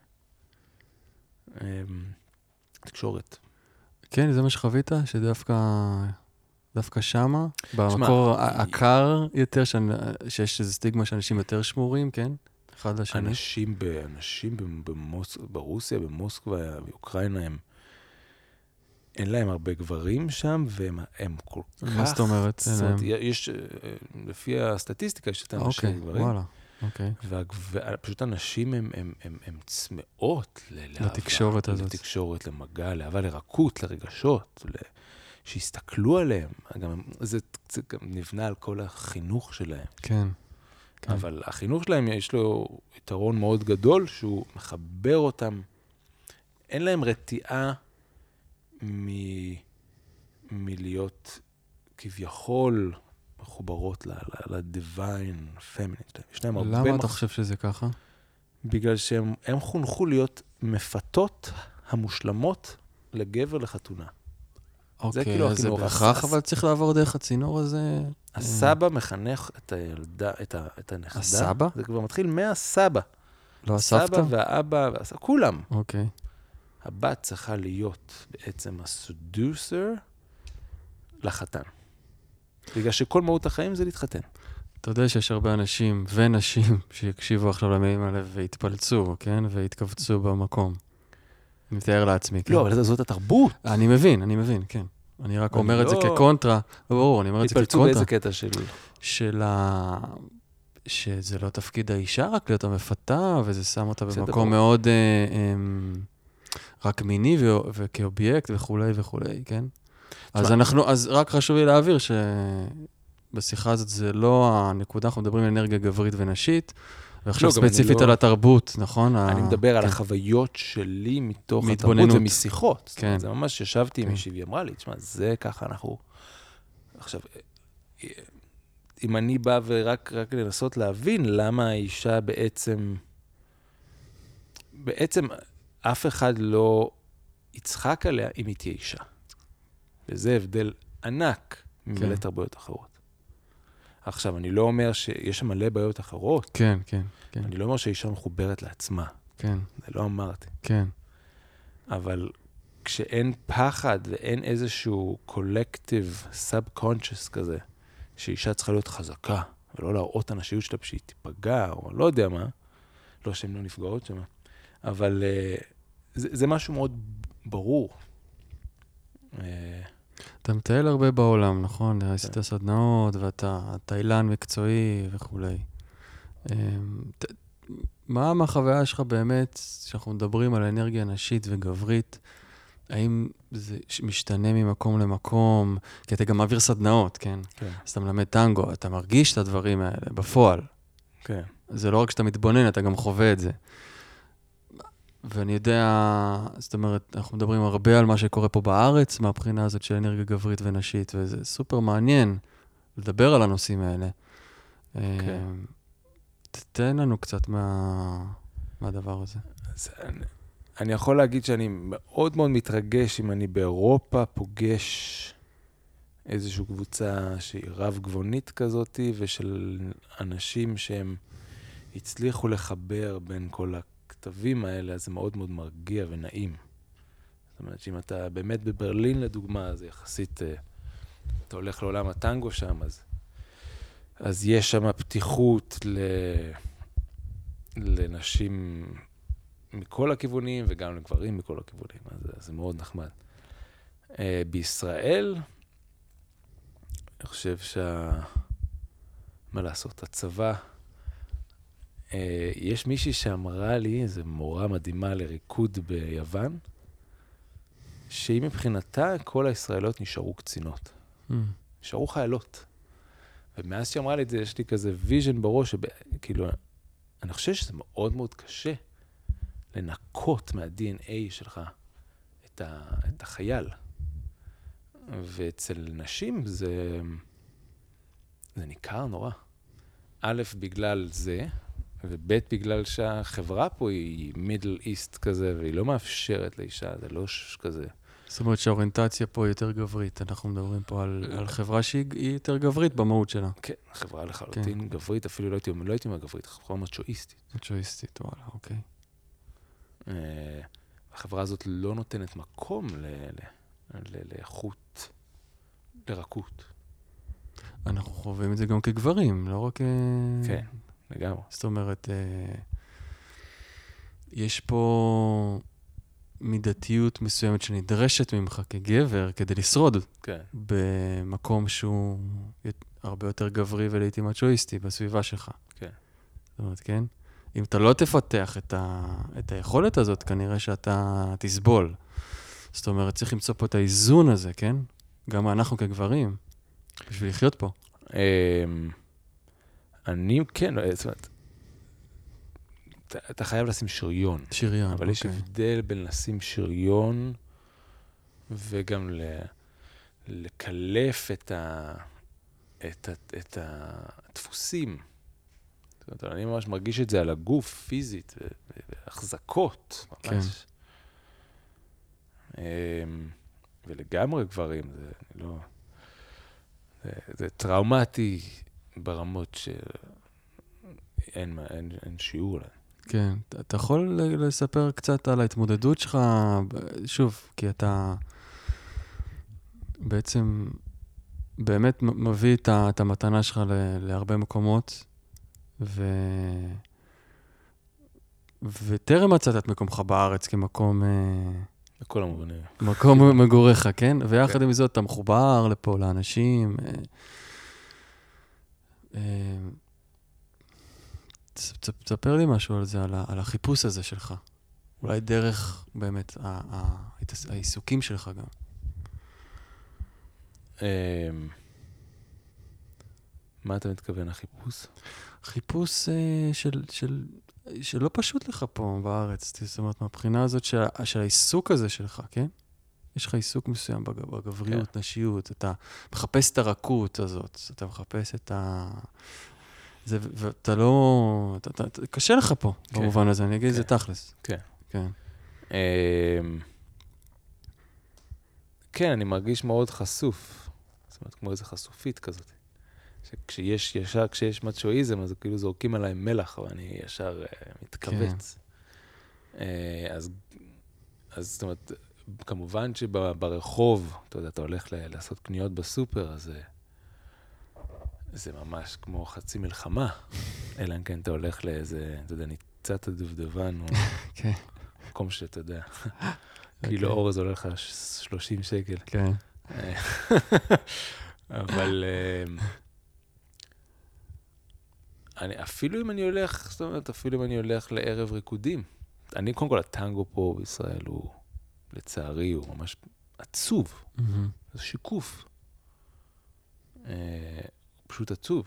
תקשורת. כן, זה מה שחווית, שדווקא שמה, במקור הקר יותר, שיש איזו סטיגמה שאנשים יותר שמורים, כן? אחד לשני. אנשים ברוסיה, במוסקבה, באוקראינה, אין להם הרבה גברים שם, והם כל כך... מה זאת אומרת? יש, לפי הסטטיסטיקה, יש יותר נשים גברים. וואלה, אוקיי. ופשוט אנשים הם צמאות לתקשורת הזאת. לתקשורת, למגע, לאהבה, לרכות, לרגשות, שיסתכלו עליהם. זה גם נבנה על כל החינוך שלהם. כן. אבל החינוך שלהם יש לו יתרון מאוד גדול, שהוא מחבר אותם. אין להם רתיעה מלהיות כביכול מחוברות לדיוויין, פמינית. למה אתה חושב שזה ככה? בגלל שהם חונכו להיות מפתות המושלמות לגבר לחתונה. אוקיי, אז זה בהכרח, אבל צריך לעבור דרך הצינור הזה. הסבא מחנך את הילדה, את הנכדה. הסבא? זה כבר מתחיל מהסבא. לא הסבתא? הסבא והאבא, כולם. אוקיי. הבת צריכה להיות בעצם הסדוסר לחתן. בגלל שכל מהות החיים זה להתחתן. אתה יודע שיש הרבה אנשים ונשים שיקשיבו עכשיו למילים האלה והתפלצו, כן? והתכווצו במקום. אני מתאר לעצמי, כן? לא, אבל זאת התרבות. אני מבין, כן. אני רק אומר את זה כקונטרה. לא ברור, אני אומר את זה כקונטרה. התפלצו באיזה קטע שזה לא תפקיד האישה, רק להיות המפתה, וזה שם אותה במקום מאוד רק מיני וכאובייקט וכו', כן? אז רק חשוב לי להעביר שבשיחה הזאת זה לא הנקודה, אנחנו מדברים על אנרגיה גברית ונשית, ועכשיו ספציפית על התרבות, נכון? אני מדבר על החוויות שלי מתוך התרבות ומשיחות. זה ממש ישבתי עם מישהי והיא אמרה לי, תשמע, זה ככה אנחנו... עכשיו, אם אני בא ורק לנסות להבין למה האישה בעצם אף אחד לא יצחק עליה אם היא תהיה אישה. וזה הבדל ענק ממלא תרבויות אחרות. עכשיו, אני לא אומר שיש שם מלא בעיות אחרות. כן. אני לא אומר שהאישה מחוברת לעצמה. כן. זה לא אמרתי. כן. אבל כשאין פחד ואין איזשהו קולקטיב, סאב-קונצ'ס כזה, שאישה צריכה להיות חזקה, ולא להראות הנשיות שלה שהיא תיפגע, או לא יודע מה, לא שהן לא נפגעות שם, אבל זה משהו מאוד ברור. אתה מטייל הרבה בעולם, נכון? עשית סדנאות, ואתה תאילן מקצועי וכו'. מה החוויה שלך באמת, שאנחנו מדברים על אנרגיה נשית וגברית, האם זה משתנה ממקום למקום? כי אתה גם מעביר סדנאות, כן? אז אתה מלמד טנגו, אתה מרגיש את הדברים האלה בפועל. כן. זה לא רק שאתה מתבונן, אתה גם חווה את זה. ואני יודע, זאת אומרת, אנחנו מדברים הרבה על מה שקורה פה בארץ, מהבחינה הזאת של אנרגיה גברית ונשית, וזה סופר מעניין לדבר על הנושאים האלה. תתן לנו קצת מהדבר הזה. אני יכול להגיד שאני מאוד מאוד מתרגש אם אני באירופה פוגש איזושהי קבוצה שהיא רב גבונית כזאת, ושל אנשים שהם הצליחו לחבר בין כל הכתבים האלה, אז זה מאוד מאוד מרגיע ונעים. זאת אומרת שאם אתה באמת בברלין לדוגמה, אז יחסית, אתה הולך לעולם הטנגו שם, אז יש שם פתיחות לנשים מכל הכיוונים, וגם לגברים מכל הכיוונים, אז זה מאוד נחמד. בישראל, אני חושב מה לעשות, הצבא, יש מישהי שאמרה לי, זו מורה מדהימה לריקוד ביוון, שהיא מבחינתה, כל הישראליות נשארו קצינות. נשארו חיילות. ומאז שהיא אמרה לי את זה, יש לי כזה ויז'ן בראש, כאילו, אני חושב שזה מאוד מאוד קשה לנקות מה-DNA שלך את החייל. ואצל נשים זה ניכר נורא. א', בגלל זה, וב', בגלל שהחברה פה היא מידל איסט כזה, והיא לא מאפשרת לאישה, זה לא כזה. זאת אומרת שהאוריינטציה פה היא יותר גברית. אנחנו מדברים פה על חברה שהיא יותר גברית במהות שלה. כן, חברה לחלוטין גברית, אפילו לא הייתי אומר גברית, חברה מצ'ואיסטית. מצ'ואיסטית, וואלה, אוקיי. החברה הזאת לא נותנת מקום לאיכות, לרכות. אנחנו חווים את זה גם כגברים, לא רק... כן, לגמרי. זאת אומרת, יש פה מידתיות מסוימת שנדרשת ממך כגבר כדי לשרוד במקום שהוא הרבה יותר גברי ולעיתים מצ'ואיסטי בסביבה שלך. כן. זאת אומרת, כן? אם אתה לא תפתח את היכולת הזאת, כנראה שאתה תסבול. זאת אומרת, צריך למצוא פה את האיזון הזה, כן? גם אנחנו כגברים, בשביל לחיות פה. אני, כן, זאת אומרת, אתה חייב לשים שריון. שריון, אבל יש הבדל בין לשים שריון וגם לקלף את הדפוסים. זאת אומרת, אני ממש מרגיש את זה על הגוף, פיזית, והחזקות, ממש. ולגמרי גברים, זה לא... זה טראומטי ברמות שאין שיעור להם. כן, אתה יכול לספר קצת על ההתמודדות שלך, שוב, כי אתה בעצם באמת מביא את המתנה שלך להרבה מקומות, וטרם מצאת את מקומך בארץ כמקום... בכל המובנים. מקום מגוריך, כן? ויחד עם זאת, אתה מחובר לפה, לאנשים. תספר לי משהו על זה, על החיפוש הזה שלך. אולי דרך באמת העיסוקים שלך גם. מה אתה מתכוון, החיפוש? חיפוש שלא פשוט לך פה בארץ. זאת אומרת, מהבחינה הזאת של העיסוק הזה שלך, כן? יש לך עיסוק מסוים בגבריות, נשיות, אתה מחפש את הרכות הזאת, אתה מחפש את זה, ואתה לא... קשה לך פה, במובן הזה, אני אגיד את זה תכלס. כן. כן. כן, אני מרגיש מאוד חשוף. זאת אומרת, כמו איזו חשופית כזאת. כשיש מצ'ואיזם, אז כאילו זורקים עליי מלח, ואני ישר מתכווץ. אז זאת אומרת, כמובן שברחוב, אתה יודע, אתה הולך לעשות קניות בסופר, אז זה ממש כמו חצי מלחמה. אלא אם כן אתה הולך לאיזה, אתה יודע, ניצת הדובדבן, או מקום שאתה יודע, כאילו אורז עולה לך 30 שקל. כן. אבל אפילו אם אני הולך, זאת אומרת, אפילו אם אני הולך לערב ריקודים, קודם כל, הטנגו פה בישראל הוא, לצערי, הוא ממש עצוב. זה שיקוף. פשוט עצוב.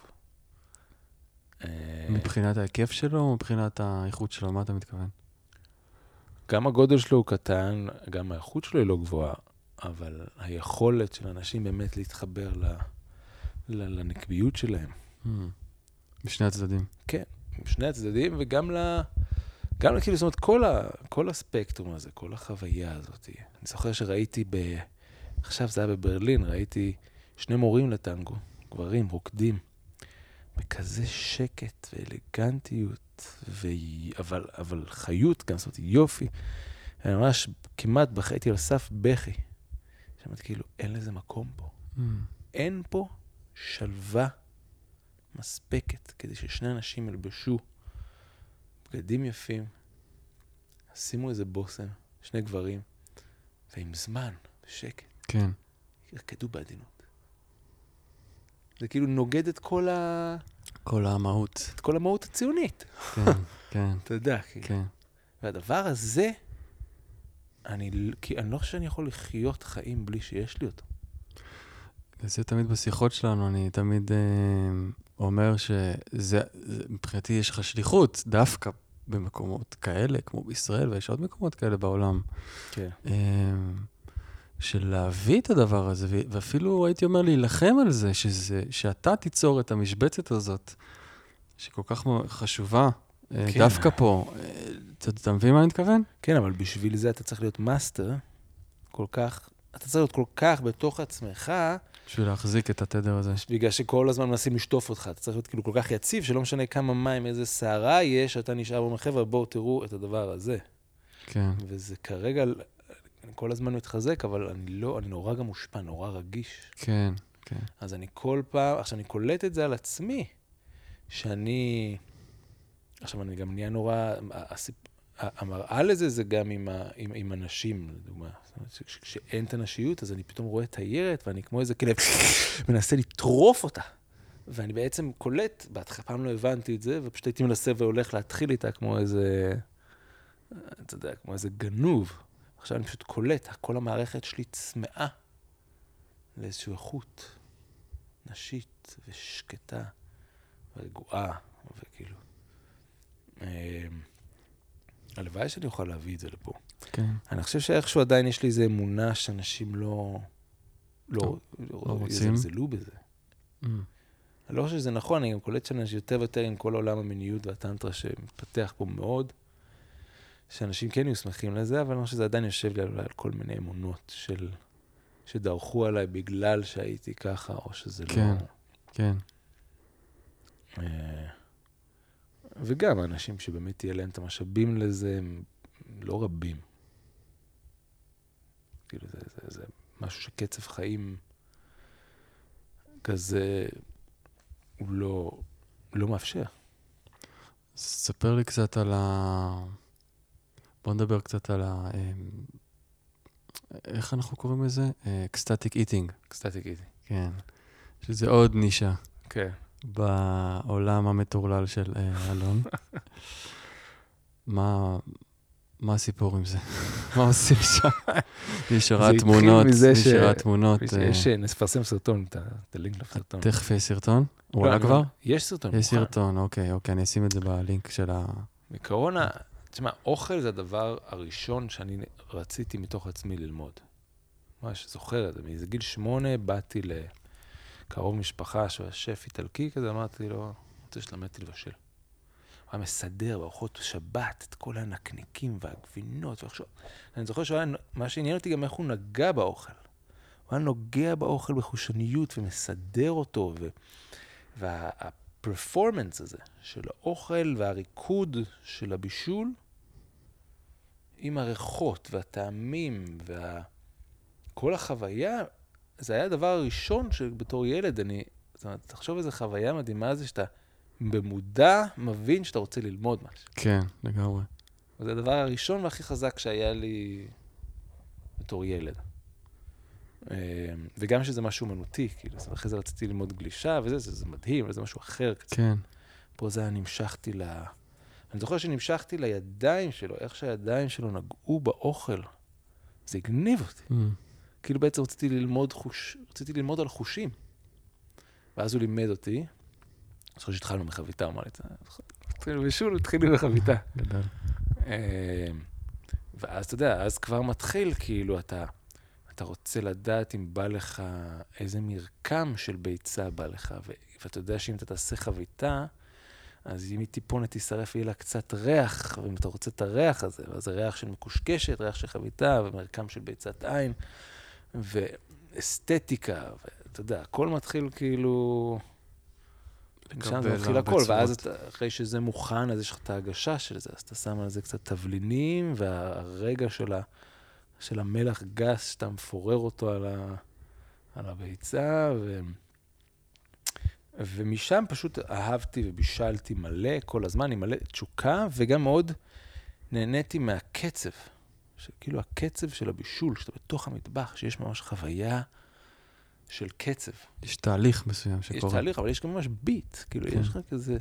מבחינת ההיקף שלו או מבחינת האיכות שלו? מה אתה מתכוון? גם הגודל שלו הוא קטן, גם האיכות שלו היא לא גבוהה, אבל היכולת של אנשים באמת להתחבר לנקביות שלהם. בשני הצדדים. כן, בשני הצדדים, וגם כאילו, זאת אומרת, כל הספקטרום הזה, כל החוויה הזאת. אני זוכר שראיתי עכשיו זה היה בברלין, ראיתי 2 מורים לטנגו, גברים, רוקדים, בכזה שקט ואלגנטיות, אבל חיות גם, זאת אומרת, יופי. אני ממש כמעט בחייתי על סף בכי. שאומרת, כאילו, אין לזה מקום פה. אין פה שלווה מספקת, כדי ששני אנשים ילבשו בגדים יפים, שימו איזה בוסם, 2 גברים, ועם זמן, בשקט. כן. ירקדו בעדינות. זה כאילו נוגד את כל המהות. את כל המהות הציונית. כן, כן. אתה יודע, כאילו. כן. והדבר הזה כי אני לא חושב שאני יכול לחיות חיים בלי שיש לי אותו. זה תמיד בשיחות שלנו, אני תמיד אומר מבחינתי יש לך שליחות, דווקא במקומות כאלה, כמו בישראל, ויש עוד מקומות כאלה בעולם. כן. של להביא את הדבר הזה, ואפילו הייתי אומר להילחם על זה, שאתה תיצור את המשבצת הזאת, שכל כך חשובה, כן. דווקא פה. אתה מבין מה אני מתכוון? כן, אבל בשביל זה אתה צריך להיות מאסטר, אתה צריך להיות כל כך בתוך עצמך, בשביל להחזיק את התדר הזה. בגלל שכל הזמן מנסים לשטוף אותך, אתה צריך להיות כאילו כל כך יציב, שלא משנה כמה מים, איזה שערה יש, אתה נשאר במחבר, בואו תראו את הדבר הזה. כן. וזה כרגע, אני כל הזמן מתחזק, אבל אני נורא גם מושפע, נורא רגיש. כן, כן. אז אני כל פעם, עכשיו אני קולט את זה על עצמי, עכשיו אני גם נהיה נורא, המראה לזה זה גם עם אנשים, לדוגמה. כשאין את הנשיות, אז אני פתאום רואה את הירת, ואני כמו איזה כלב מנסה לטרוף אותה. ואני בעצם קולט, בהתחלה פעם לא הבנתי את זה, ופשוט הייתי מנסה והולך להתחיל איתה כמו איזה, אתה יודע, כמו איזה גנוב. עכשיו אני פשוט קולט, כל המערכת שלי צמאה לאיזושהי איכות נשית ושקטה ורגועה, וכאילו. הלוואי שאני אוכל להביא את זה לפה. כן. אני חושב שאיכשהו עדיין יש לי איזו אמונה שאנשים לא יזלזלו בזה. אני לא חושב שזה נכון, אני גם קולט שאנשים יותר ויותר עם כל העולם המיניות והטנטרה שמתפתח פה מאוד, שאנשים כן יהיו שמחים לזה, אבל אני חושב שזה עדיין יושב לי על כל מיני אמונות שדרכו עליי בגלל שהייתי ככה, או שזה לא... כן, כן. וגם האנשים שבאמת תהיה להם את המשאבים לזה, הם לא רבים. כאילו זה משהו שקצב חיים כזה הוא לא מאפשר. ספר לי קצת על בוא נדבר קצת על איך אנחנו קוראים לזה? אקסטטיק איטינג. אקסטטיק איטינג. כן. שזה עוד נישה. כן. בעולם המטורלל של אלון. מה הסיפור עם זה? מה עושים שם? יש שראה תמונות. נפרסם סרטון, את הלינק לסרטון. תכף יש סרטון? הוא עלה כבר? יש סרטון. יש סרטון, אוקיי, אני אשים את זה בלינק של בעיקרון, תשמע, אוכל זה הדבר הראשון שאני רציתי מתוך עצמי ללמוד. ממש זוכר את זה. מאיזה גיל 8 באתי קרוב משפחה שהוא שף איטלקי כזה, אמרתי לו, רוצה שתלמד אותי לבשל. הוא היה מסדר בארוחות שבת את כל הנקניקים והגבינות ועכשיו. אני זוכר מה שעניין אותי גם איך הוא נגע באוכל. הוא היה נוגע באוכל בחושניות ומסדר אותו, והפרפורמנס הזה של האוכל והריקוד של הבישול עם הריחות והטעמים וכל החוויה, זה היה הדבר הראשון שבתור ילד זאת אומרת, תחשוב איזו חוויה מדהימה זה שאתה במודע מבין שאתה רוצה ללמוד משהו. כן, לגמרי. וזה הדבר הראשון והכי חזק שהיה לי בתור ילד. וגם שזה משהו אמנותי, כאילו, אחרי זה רציתי ללמוד גלישה, וזה מדהים, וזה משהו אחר קצת. כן. פה זה נמשכתי אני זוכר שנמשכתי לידיים שלו, איך שהידיים שלו נגעו באוכל. זה הגניב אותי. כאילו בעצם רציתי ללמוד על חושים. ואז הוא לימד אותי, אני חושב שהתחלנו מחביתה, אמר לי, התחילו מחביתה. גדל. ואז אתה יודע, אז כבר מתחיל, כאילו, אתה רוצה לדעת אם בא לך, איזה מרקם של ביצה בא לך, ואתה יודע שאם אתה תעשה חביתה, אז אם היא טיפונת תישרף, יהיה לה קצת ריח, ואם אתה רוצה את הריח הזה, אז זה ריח של מקושקשת, ריח של חביתה, ומרקם של ביצת עין, ואסתטיקה, ואתה יודע, הכל מתחיל כאילו... משם זה מתחיל הכל, ואז אחרי שזה מוכן, אז יש לך את ההגשה של זה, אז אתה שם על זה קצת תבלינים, והרגע של המלח גס, שאתה מפורר אותו על הביצה, ומשם פשוט אהבתי ובישלתי מלא כל הזמן, עם מלא תשוקה, וגם מאוד נהניתי מהקצב, כאילו הקצב של הבישול, שאתה בתוך המטבח, שיש ממש חוויה של קצב. יש תהליך מסוים שקורה. יש תהליך, אבל יש גם ממש ביט, כאילו יש לך כזה...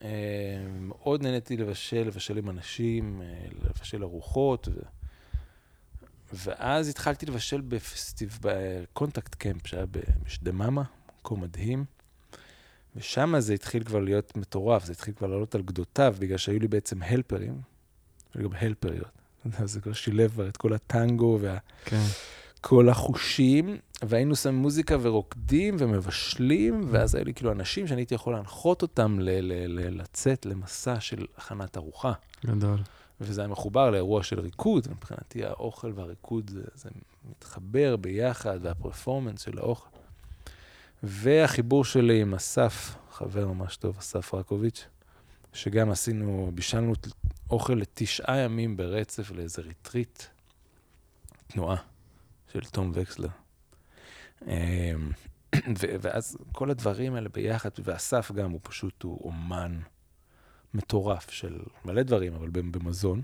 מאוד נהניתי לבשל עם אנשים, לבשל ארוחות, ואז התחלתי לבשל בקונטקט קמפ, שהיה בשדממה, מקום מדהים, ושם זה התחיל כבר להיות מטורף, זה התחיל כבר לעלות על גדותיו, בגלל שהיו לי בעצם הלפרים, וגם הלפריות. אז זה כבר שילב את כל הטנגו וכל החושים, והיינו שמים מוזיקה ורוקדים ומבשלים, ואז היה לי כאילו אנשים שאני הייתי יכול להנחות אותם לצאת למסע של הכנת ארוחה. גדול. וזה היה מחובר לאירוע של ריקוד, מבחינתי האוכל והריקוד זה מתחבר ביחד, והפרפורמנס של האוכל. והחיבור שלי עם אסף, חבר ממש טוב, אסף רקוביץ', שגם בישלנו אוכל ל9 ימים ברצף לאיזה ריטריט, תנועה של תום וקסלר. ואז כל הדברים האלה ביחד, ואסף גם, הוא פשוט אומן מטורף של מלא דברים, אבל במזון,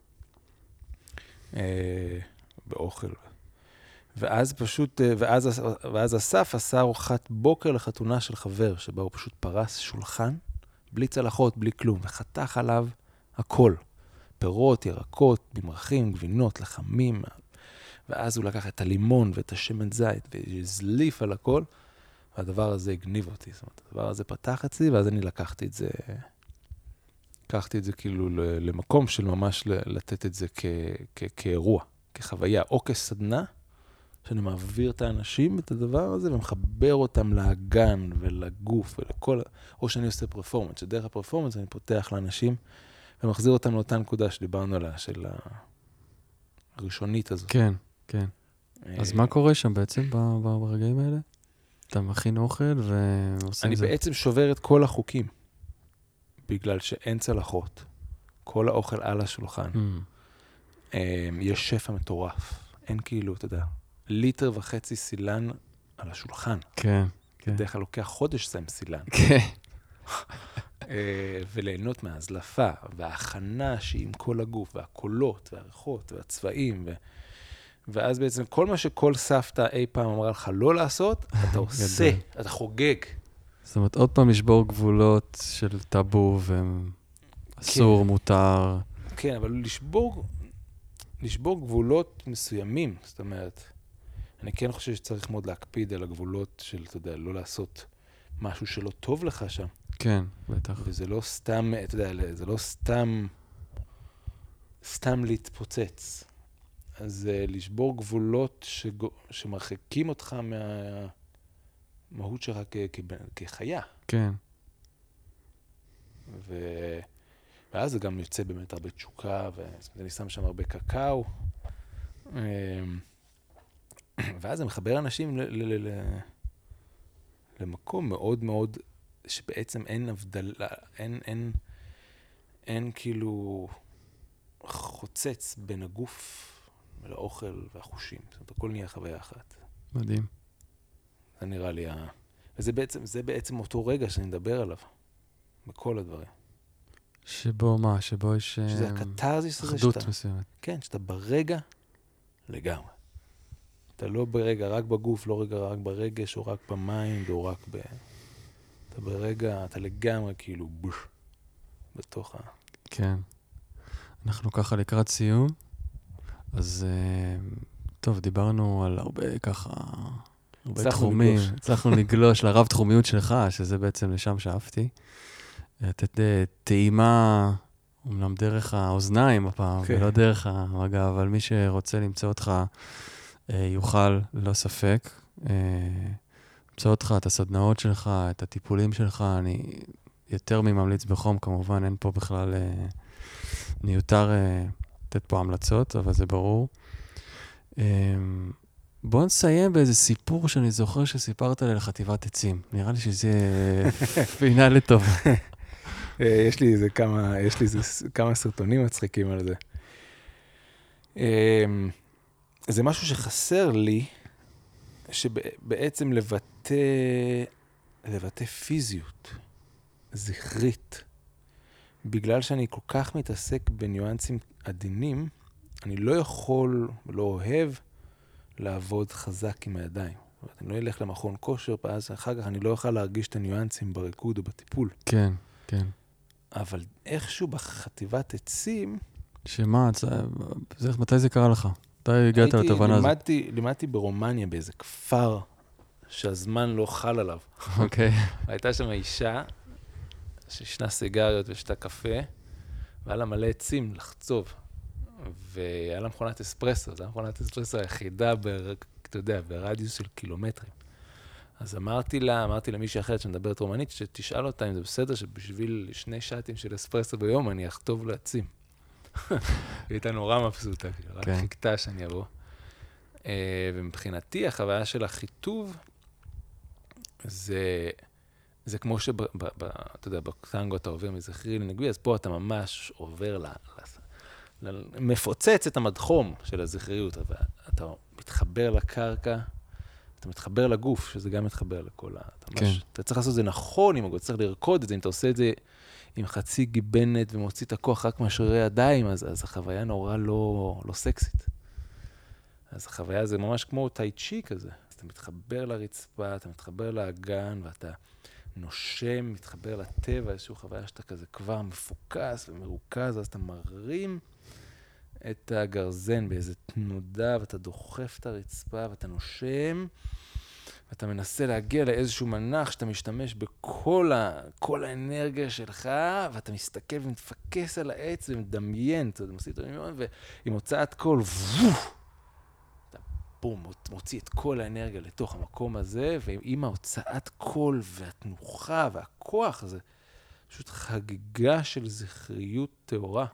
באוכל. ואז אסף עשה ארוחת בוקר לחתונה של חבר, שבה הוא פשוט פרס שולחן, בלי צלחות, בלי כלום, וחתך עליו הכל. פירות, ירקות, ממרחים, גבינות, לחמים, ואז הוא לקח את הלימון ואת השמן זית, והזליף על הכל, והדבר הזה הגניב אותי. זאת אומרת, הדבר הזה פתח אצלי, ואז אני לקחתי את זה כאילו למקום של ממש לתת את זה כאירוע, כחוויה, או כסדנה, שאני מעביר את האנשים את הדבר הזה, ומחבר אותם לאגן ולגוף ולכל, או שאני עושה פרפורמנס, שדרך הפרפורמנס אני פותח לאנשים, ומחזיר אותם לאותה נקודה שדיברנו עליה, של הראשונית הזאת. כן, כן. אז מה קורה שם בעצם ברגעים האלה? אתה מכין אוכל ועושה אני בעצם שובר את כל החוקים, בגלל שאין צלחות. כל האוכל על השולחן. יש שפע מטורף. אין כאילו, אתה יודע, 1.5 ליטר סילן על השולחן. כן, כן. בדרך כלל לוקח חודש סיים סילן. כן. וליהנות מההזלפה, וההכנה שהיא עם כל הגוף, והקולות, והריחות, והצבעים, ואז בעצם כל מה שכל סבתא אי פעם אמרה לך לא לעשות, אתה עושה, אתה חוגג. זאת אומרת, עוד פעם לשבור גבולות של טאבו, ואסור, מותר. כן, אבל לשבור גבולות מסוימים, זאת אומרת, אני כן חושב שצריך מאוד להקפיד על הגבולות של, אתה יודע, לא לעשות משהו שלא טוב לך שם. כן, בטח. וזה לא סתם, אתה יודע, זה לא סתם להתפוצץ. אז לשבור גבולות שמרחיקים אותך מהמהות שלך כחיה. כן. ואז זה גם יוצא באמת הרבה תשוקה, ואני שם שם הרבה קקאו. ואז זה מחבר אנשים למקום מאוד מאוד, שבעצם אין הבדלה, אין כאילו חוצץ בין הגוף ולאוכל והחושים. זאת אומרת, הכל נהיה חוויה אחת. מדהים. זה נראה לי, זה בעצם אותו רגע שאני מדבר עליו, בכל הדברים. שבו מה? שבו יש שזה הקטרזיס הזה אחדות מסוימת. כן, שאתה ברגע לגמרי. אתה לא ברגע רק בגוף, לא רגע רק ברגש, או רק במיינד, או רק אתה ברגע, אתה לגמרי כאילו בוש, בתוך כן. אנחנו ככה לקראת סיום. אז טוב, דיברנו על הרבה ככה, הרבה תחומים. הצלחנו לגלוש לרב תחומיות שלך, שזה בעצם לשם שאפתי. לתת טעימה, אומנם דרך האוזניים הפעם, ולא דרך המגע, אבל מי שרוצה למצוא אותך, יוכל, ללא ספק, למצוא אותך, את הסדנאות שלך, את הטיפולים שלך, אני יותר מממליץ בחום, כמובן, אין פה בכלל מיותר לתת פה המלצות, אבל זה ברור. בוא נסיים באיזה סיפור שאני זוכר שסיפרת לי לחטיבת עצים. נראה לי שזה פינה לטוב. יש לי כמה סרטונים מצחיקים על זה. זה משהו שחסר לי, שבעצם לבטא פיזיות, זכרית. בגלל שאני כל כך מתעסק בניואנסים עדינים, אני לא יכול ולא אוהב לעבוד חזק עם הידיים. אני לא אלך למכון כושר, ואז אחר כך אני לא אוכל להרגיש את הניואנסים בריקוד או בטיפול. כן, כן. אבל איכשהו בחטיבת עצים... שמה, מתי זה קרה לך? אתה הגעת לתובנה הזאת. לימדתי ברומניה באיזה כפר שהזמן לא חל עליו. אוקיי. הייתה שם אישה ששנה סיגריות ושתה קפה, והיה לה מלא עצים לחצוב. והיה לה מכונת אספרסו, זו המכונת אספרסו היחידה, אתה יודע, ברדיוס של קילומטרים. אז אמרתי למישהי אחרת שמדברת רומנית, שתשאל אותה אם זה בסדר שבשביל 2 שעתים של אספרסו ביום אני אכתוב לעצים. היא הייתה נורא מבסוטה, רק חיכתה שאני אבוא. ומבחינתי, החוויה של החיטוב, זה כמו אתה יודע, בטנגו אתה עובר מזכרי לנגבי, אז פה אתה ממש עובר מפוצץ את המדחום של הזכריות, אתה מתחבר לקרקע, אתה מתחבר לגוף, שזה גם מתחבר לכל אתה צריך לעשות את זה נכון, אם אתה צריך לרקוד את זה, אם אתה עושה את זה עם חצי גיבנת ומוציא את הכוח רק מהשרירי ידיים, אז החוויה נורא לא סקסית. אז החוויה זה ממש כמו טאי צ'י כזה. אז אתה מתחבר לרצפה, אתה מתחבר לאגן, ואתה נושם, מתחבר לטבע, איזושהי חוויה שאתה כזה כבר מפוקס ומרוכז, אז אתה מרים את הגרזן באיזו תנודה, ואתה דוחף את הרצפה, ואתה נושם, ואתה מנסה להגיע לאיזשהו מנח שאתה משתמש בכל האנרגיה שלך, ואתה מסתכל ומתפקס על העץ ומדמיין, אתה מוציא את הדמיון, ועם הוצאת קול, אתה בום, מוציא את כל האנרגיה לתוך המקום הזה, ועם ההוצאת קול והתנוחה והכוח הזה, פשוט חגיגה של זכריות תאורה.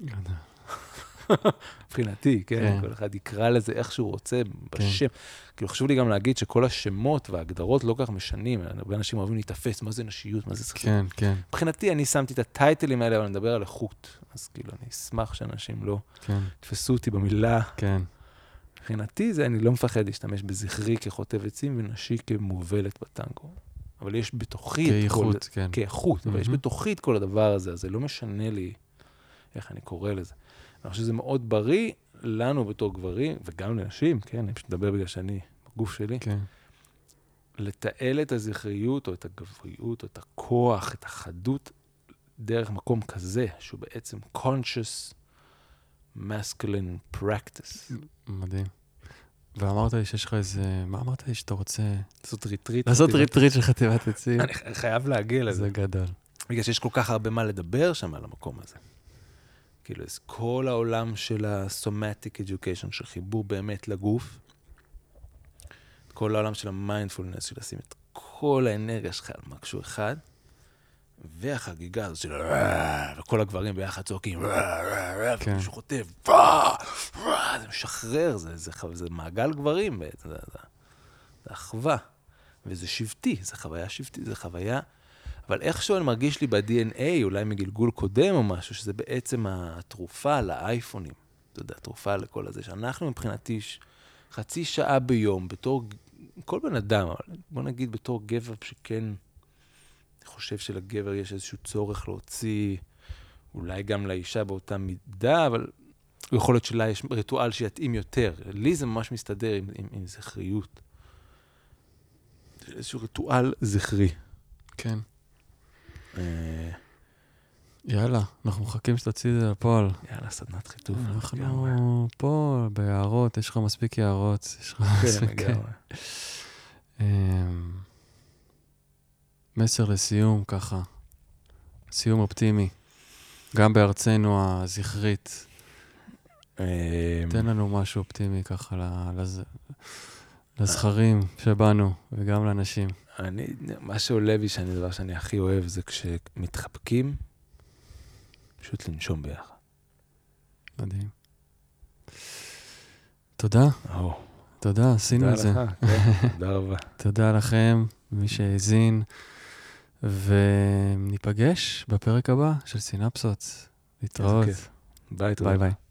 מבחינתי, כן? כל אחד יקרא לזה איך שהוא רוצה בשם. כאילו, חשוב לי גם להגיד שכל השמות וההגדרות לא כך משנים. הרבה אנשים אוהבים להתאפס, מה זה נשיות, מה זה זכריות. כן, כן. מבחינתי, אני שמתי את הטייטלים האלה, אבל אני מדבר על איכות. אז כאילו, אני אשמח שאנשים לא תפסו אותי במילה. כן. מבחינתי, אני לא מפחד להשתמש בזכרי כחוטב עצים ונשי כמובלת בטנגו. אבל יש בתוכי כאיכות, כן. כאיכות, אבל יש בתוכי את כל הדבר הזה, אז זה לא משנה לי איך אני קורא לזה. אני חושב שזה מאוד בריא לנו בתור גברים, וגם לנשים, כן, אני פשוט מדבר בגלל שאני, בגוף שלי, כן. לתעל את הזכריות, או את הגבריות, או את הכוח, את החדות, דרך מקום כזה, שהוא בעצם conscious masculine practice. מדהים. ואמרת לי שיש לך איזה, מה אמרת לי שאתה רוצה? לעשות ריטריט. לעשות ריטריט של חטיבת עצים. אני חייב להגיע לזה. זה גדול. בגלל שיש כל כך הרבה מה לדבר שם על המקום הזה. כאילו, אז כל העולם של ה-somatic education, של חיבור באמת לגוף, כל העולם של ה-mindfulness, של לשים את כל האנרגיה שלך על משהו אחד, והחגיגה הזו של וכל הגברים ביחד צועקים, ומישהו חוטב, זה משחרר, זה מעגל גברים בעצם, זה אחווה, וזה שבטי, זה חוויה שבטית, זה חוויה, אבל איכשהו אני מרגיש לי ב-DNA, אולי מגלגול קודם או משהו, שזה בעצם התרופה לאייפונים, אתה יודע, התרופה לכל הזה, שאנחנו מבחינתי חצי שעה ביום, בתור כל בן אדם, אבל בוא נגיד בתור גבר שכן, אני חושב שלגבר יש איזשהו צורך להוציא, אולי גם לאישה באותה מידה, אבל יכול להיות שלה יש ריטואל שיתאים יותר. לי זה ממש מסתדר עם זכריות. איזשהו ריטואל זכרי. כן. יאללה, אנחנו מחכים שתוציא את זה לפועל. יאללה, סדנת חיתוף. אנחנו פה ביערות, יש לך מספיק יערות. כן, מסר לסיום ככה, סיום אופטימי, גם בארצנו הזכרית. תן לנו משהו אופטימי ככה לזכרים שבאנו וגם לאנשים. מה שעולה בי, הדבר שאני הכי אוהב, זה כשמתחבקים, פשוט לנשום ביחד. מדהים. תודה. תודה, עשינו את זה. תודה לך, תודה רבה. תודה לכם, מי שהאזין, וניפגש בפרק הבא של סינפסות. להתראות. ביי, תודה. ביי ביי.